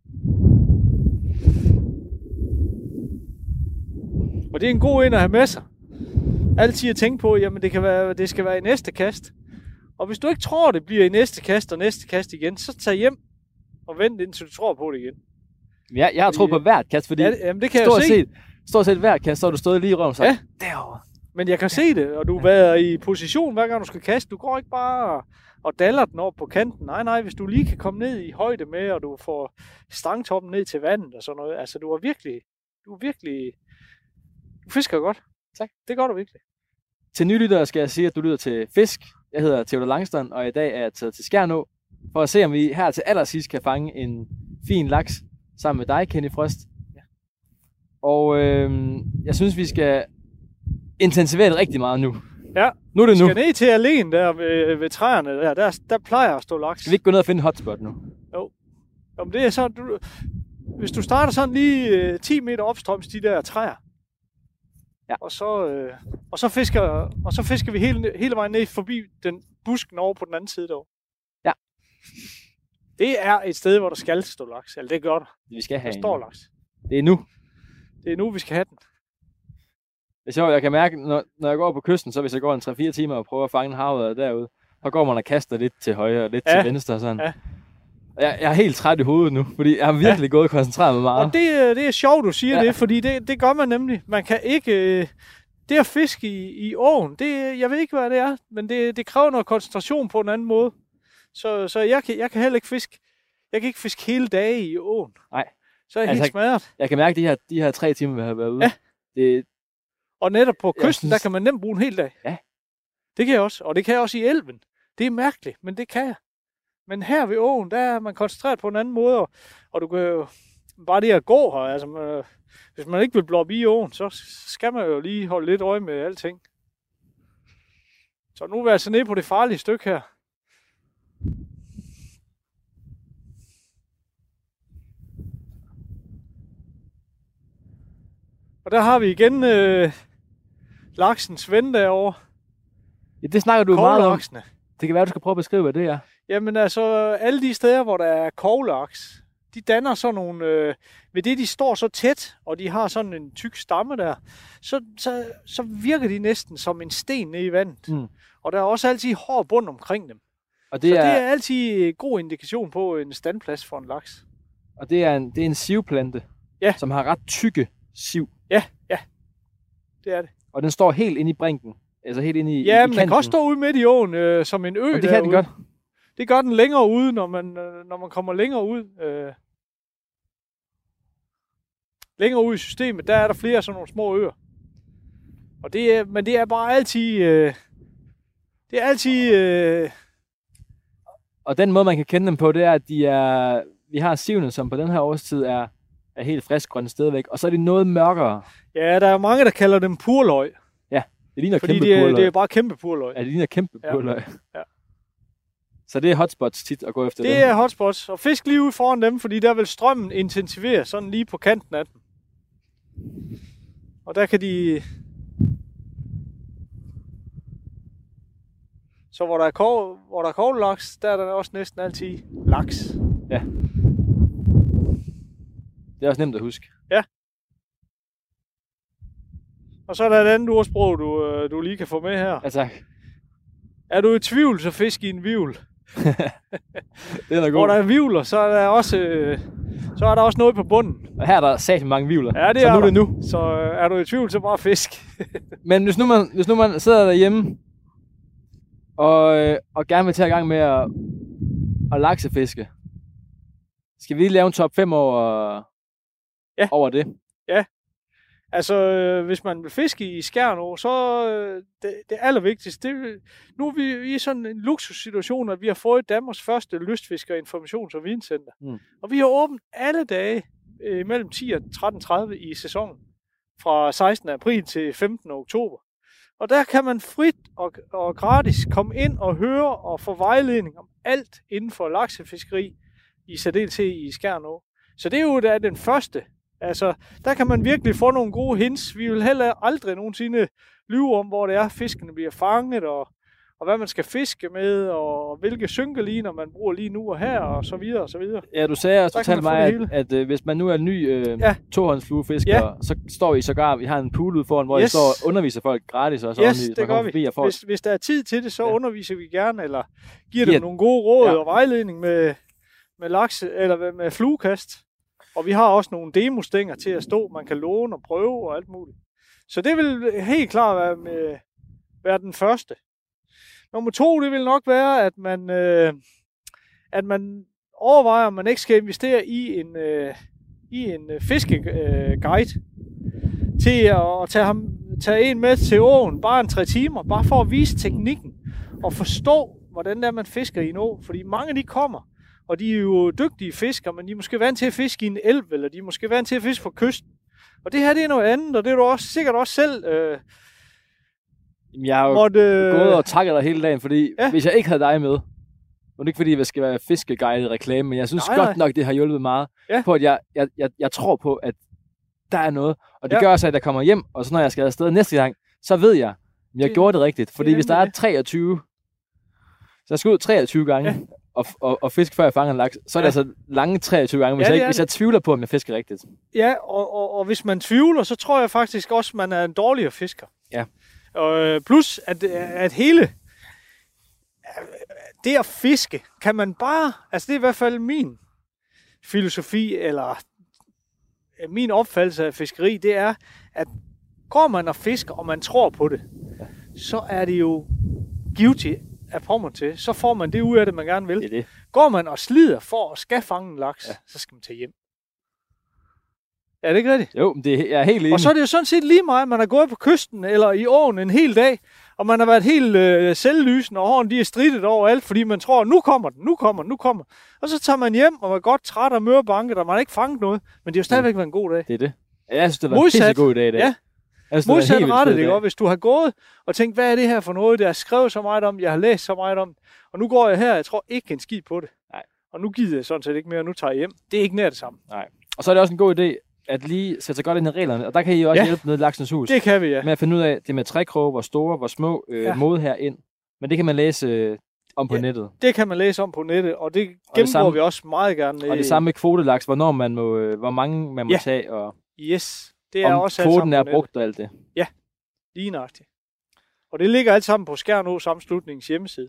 Og det er en god en at have med sig. Altid at tænke på, jamen det skal være i næste kast. Og hvis du ikke tror, det bliver i næste kast og næste kast igen, så tag hjem og vent indtil du tror på det igen. Jeg har troet på hvert kast, fordi jamen, det kan jeg se. Stort set hvert kast, så har du stået lige i røven, så derovre. Men jeg kan se det, og du har været i position, hver gang du skal kaste. Du går ikke bare og daller den op på kanten. Nej, hvis du lige kan komme ned i højde med, og du får stangtoppen ned til vandet og sådan noget. Altså, du fisker godt. Tak. Det gør du virkelig. Til nylyttere skal jeg sige, at du lytter til Fisk. Jeg hedder Theodor Langstrand, og i dag er jeg taget til Skjernå, for at se, om vi her til allersidst kan fange en fin laks sammen med dig, Kenny Frost. Ja. Og jeg synes, vi skal intensivere det rigtig meget nu. Ja, nu er det nu. Vi skal ned til alene der ved træerne. Der plejer at stå laks. Skal vi ikke gå ned og finde et hotspot nu? Jo. Jamen, det er så, hvis du starter sådan lige 10 meter opstrøms de der træer, ja. og så fisker vi hele vejen ned forbi den busken over på den anden side derovre. Ja. Det er et sted, hvor der skal stå laks. Eller det gør der. Vi skal have der står laks. Det er nu. Det er nu, vi skal have den. Det er sjovt, jeg kan mærke, når jeg går på kysten, så hvis jeg går en 3-4 timer og prøver at fange en havet derude, så går man og kaster lidt til højre og lidt til venstre. Sådan. Ja. Jeg er helt træt i hovedet nu, fordi jeg har virkelig gået og koncentreret mig meget. Og det er sjovt, du siger det, fordi det gør man nemlig. Man kan ikke... Det at fiske i åen, jeg ved ikke, hvad det er, men det kræver noget koncentration på en anden måde. Så jeg kan heller ikke fiske. Jeg kan ikke fiske hele dage i åen. Nej. Så er jeg helt smadret. Jeg kan mærke de her 3 timer, vi har været ude. Ja. Og netop på kysten, der kan man nemt bruge en hel dag. Ja. Det kan jeg også. Og det kan jeg også i elven. Det er mærkeligt, men det kan jeg. Men her ved åen, der er man koncentreret på en anden måde. Og du kan jo bare det at gå her. Altså, hvis man ikke vil bloppe i åen, så skal man jo lige holde lidt øje med alting. Så nu er vi altså nede på det farlige stykke her. Og der har vi igen laksens ven derovre. Ja, det snakker du meget om. Det kan være, du skal prøve at beskrive, hvad det er. Jamen altså, alle de steder, hvor der er koglaks, de danner sådan nogle, ved det de står så tæt, og de har sådan en tyk stamme der, så virker de næsten som en sten nede i vandet. Mm. Og der er også altid hård bund omkring dem. Og det er altid en god indikation på en standplads for en laks. Og det er en sivplante, som har ret tykke siv. Ja, det er det. Og den står helt inde i brinken. Altså helt inde i men kanten. den kan også stå ude midt i åen som en ø. Og det kan den godt. Det gør den længere ude, når man kommer længere ud. Længere ude i systemet, der er der flere sådan nogle små øer. Og men det er bare altid... Og den måde, man kan kende dem på, det er, at vi har sivene, som på den her årstid er helt friskgrønne stadigvæk, og så er de noget mørkere. Ja, der er mange, der kalder dem purløg. Ja, det ligner fordi kæmpe purløg. det er bare kæmpe purløg. Ja, det ligner kæmpe purløg. Ja. Så det er hotspots tit at gå efter dem. Det er hotspots, og fisk lige ude foran dem, fordi der vil strømmen intensivere sådan lige på kanten af dem. Og der kan de... Så hvor der er koglelaks, der er der også næsten altid laks. Ja. Det er også nemt at huske. Ja. Og så er der et andet ordsprog, du lige kan få med her. Ja, tak. Er du i tvivl, så fisk i en hvivl. Det er da Hvor godt. der er hvivler, så er der også noget på bunden. Og her er der sat mange vivler. Ja, det så er nu er der. det nu. Så er du i tvivl, så bare fisk. Men hvis nu man sidder derhjemme og gerne vil tage i gang med at laksefiske, skal vi lige lave en top 5 over det? Ja. Altså, hvis man vil fiske i Skjern, så det allervigtigste, nu er vi i sådan en luksussituation, at vi har fået Danmarks første lystfisker informations- og videnscenter. Og vi har åbent alle dage mellem 10 og 13.30 i sæsonen, fra 16. april til 15. oktober. Og der kan man frit og gratis komme ind og høre og få vejledning om alt inden for laksefiskeri, i særdeleshed i Skjern Å. Så det er jo den første. Altså, der kan man virkelig få nogle gode hints. Vi vil heller aldrig nogensinde lyve om, hvor det er, fiskene bliver fanget, og hvad man skal fiske med, og hvilke synkeliner man bruger lige nu og her, og så videre, og så videre. Ja, du sagde også til mig, at hvis man nu er en ny tohåndsfluefisker, så står I sågar, vi har en pool ude foran, hvor I står og underviser folk gratis også. Det gør vi. Hvis der er tid til det, så underviser vi gerne, eller giver dem nogle gode råd og vejledning med lakse, eller med fluekast. Og vi har også nogle demostænger til at stå, man kan låne og prøve og alt muligt. Så det vil helt klart være den første. Nummer 2, det vil nok være, at man overvejer, om man ikke skal investere i en fiskeguide til at tage en med til åen, bare en 3 timer, bare for at vise teknikken og forstå, hvordan det er, man fisker i en å. Fordi mange de kommer, og de er jo dygtige fiskere, men de er måske vant til at fiske i en elv, eller de er måske vant til at fiske på kysten. Og det her, det er noget andet, og det er du også sikkert også selv... jeg har jo gået og takket dig hele dagen, fordi hvis jeg ikke havde dig med, og det er ikke fordi, jeg skal være fiskeguide i reklame, men jeg synes godt nok, det har hjulpet meget på, at jeg tror på, at der er noget. Og det gør også, at jeg kommer hjem, og så når jeg skal afsted næste gang, så ved jeg, at jeg gjorde det rigtigt. Fordi hvis der er 23, så jeg skal ud 23 gange og fiske, før jeg fanger en laks, så er det altså lange 23 gange, hvis jeg tvivler på, om jeg fisker rigtigt. Ja, og hvis man tvivler, så tror jeg faktisk også, at man er en dårligere fisker. Ja. Plus, at hele det at fiske, kan man bare, altså det er i hvert fald min filosofi, eller min opfattelse af fiskeri, det er, at går man og fisker, og man tror på det, så er det jo givet af pommer til, så får man det ud af det, man gerne vil. Det. Går man og slider for at skal fange en laks, så skal man tage hjem. Er det ikke rigtigt? Jo, det er helt enig. Og så er det jo sådan set lige meget, man er gået på kysten eller i åen en hel dag, og man har været helt selvlysende, og hårene de er strittet overalt, fordi man tror, nu kommer. Og så tager man hjem og er godt træt og mørbanket, og man har ikke fanget noget, men det har jo stadigvæk været en god dag. Det er det. Jeg synes, det var en pissegod dag i dag. Ja. Modsat rettet, det går, hvis du har gået og tænkt, hvad er det her for noget, der er skrevet så meget om, jeg har læst så meget om, og nu går jeg her, jeg tror ikke en skid på det. Nej. Og nu gider jeg sådan set ikke mere, og nu tager jeg hjem. Det er ikke nær det samme. Nej. Og så er det også en god idé, at lige sætte sig godt ind i reglerne, og der kan I også hjælpe ned i Laksens Hus. Det kan vi, med at finde ud af det med trækroge, hvor store, hvor små, mode herind. Men det kan man læse om på nettet. Det kan man læse om på nettet, og det gennemgår vi også meget gerne. Og det samme med kvotelaks, hvornår man må, hvor mange man må tage, og det er om også kvoten er brugt og alt det. Ja, lige nøjagtigt. Og det ligger alt sammen på Skjern Å Sammenslutningens hjemmeside.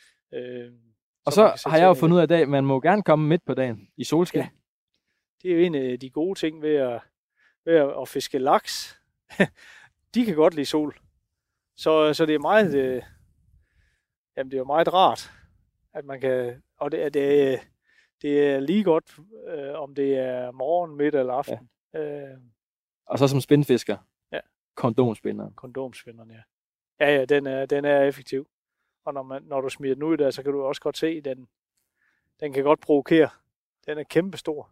Og så har jeg jo fundet ud af i dag, at man må gerne komme midt på dagen i solskin. Ja. Det er jo en af de gode ting ved at fiske laks. De kan godt lide sol. Så det er meget, det er jo meget rart, at man kan, og det er lige godt, om det er morgen, middag eller aften. Ja. Og så som spindfisker. Ja. Kondomspinderen, ja. Ja, den er effektiv. Og når du smider den ud der, så kan du også godt se, at den kan godt provokere. Den er kæmpestor.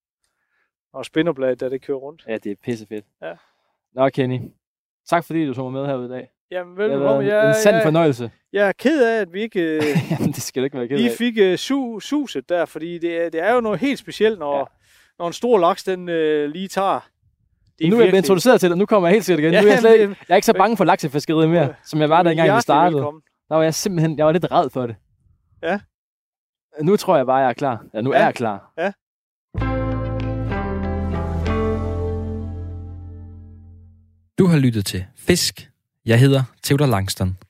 Og spinderbladet, der det kører rundt. Ja, det er pissefedt. Ja. Nå, Kenny. Tak fordi du tog mig med herude i dag. Jamen, velbekomme. En sand fornøjelse. Jeg er ked af, at vi ikke... Jamen, det skal du ikke være ked af. Vi fik suset der, fordi det er jo noget helt specielt, når en stor laks, den lige tager Nu er jeg blevet introduceret til det, nu kommer jeg helt sikkert igen. Nu er jeg er ikke så bange for laksefiskeriet mere, som jeg var dengang, vi startede. Velkommen. Der var jeg simpelthen, jeg var lidt ræd for det. Ja. Nu tror jeg bare, jeg er klar. Ja, nu er jeg klar. Ja. Du har lyttet til Fisk. Jeg hedder Theodor Langston.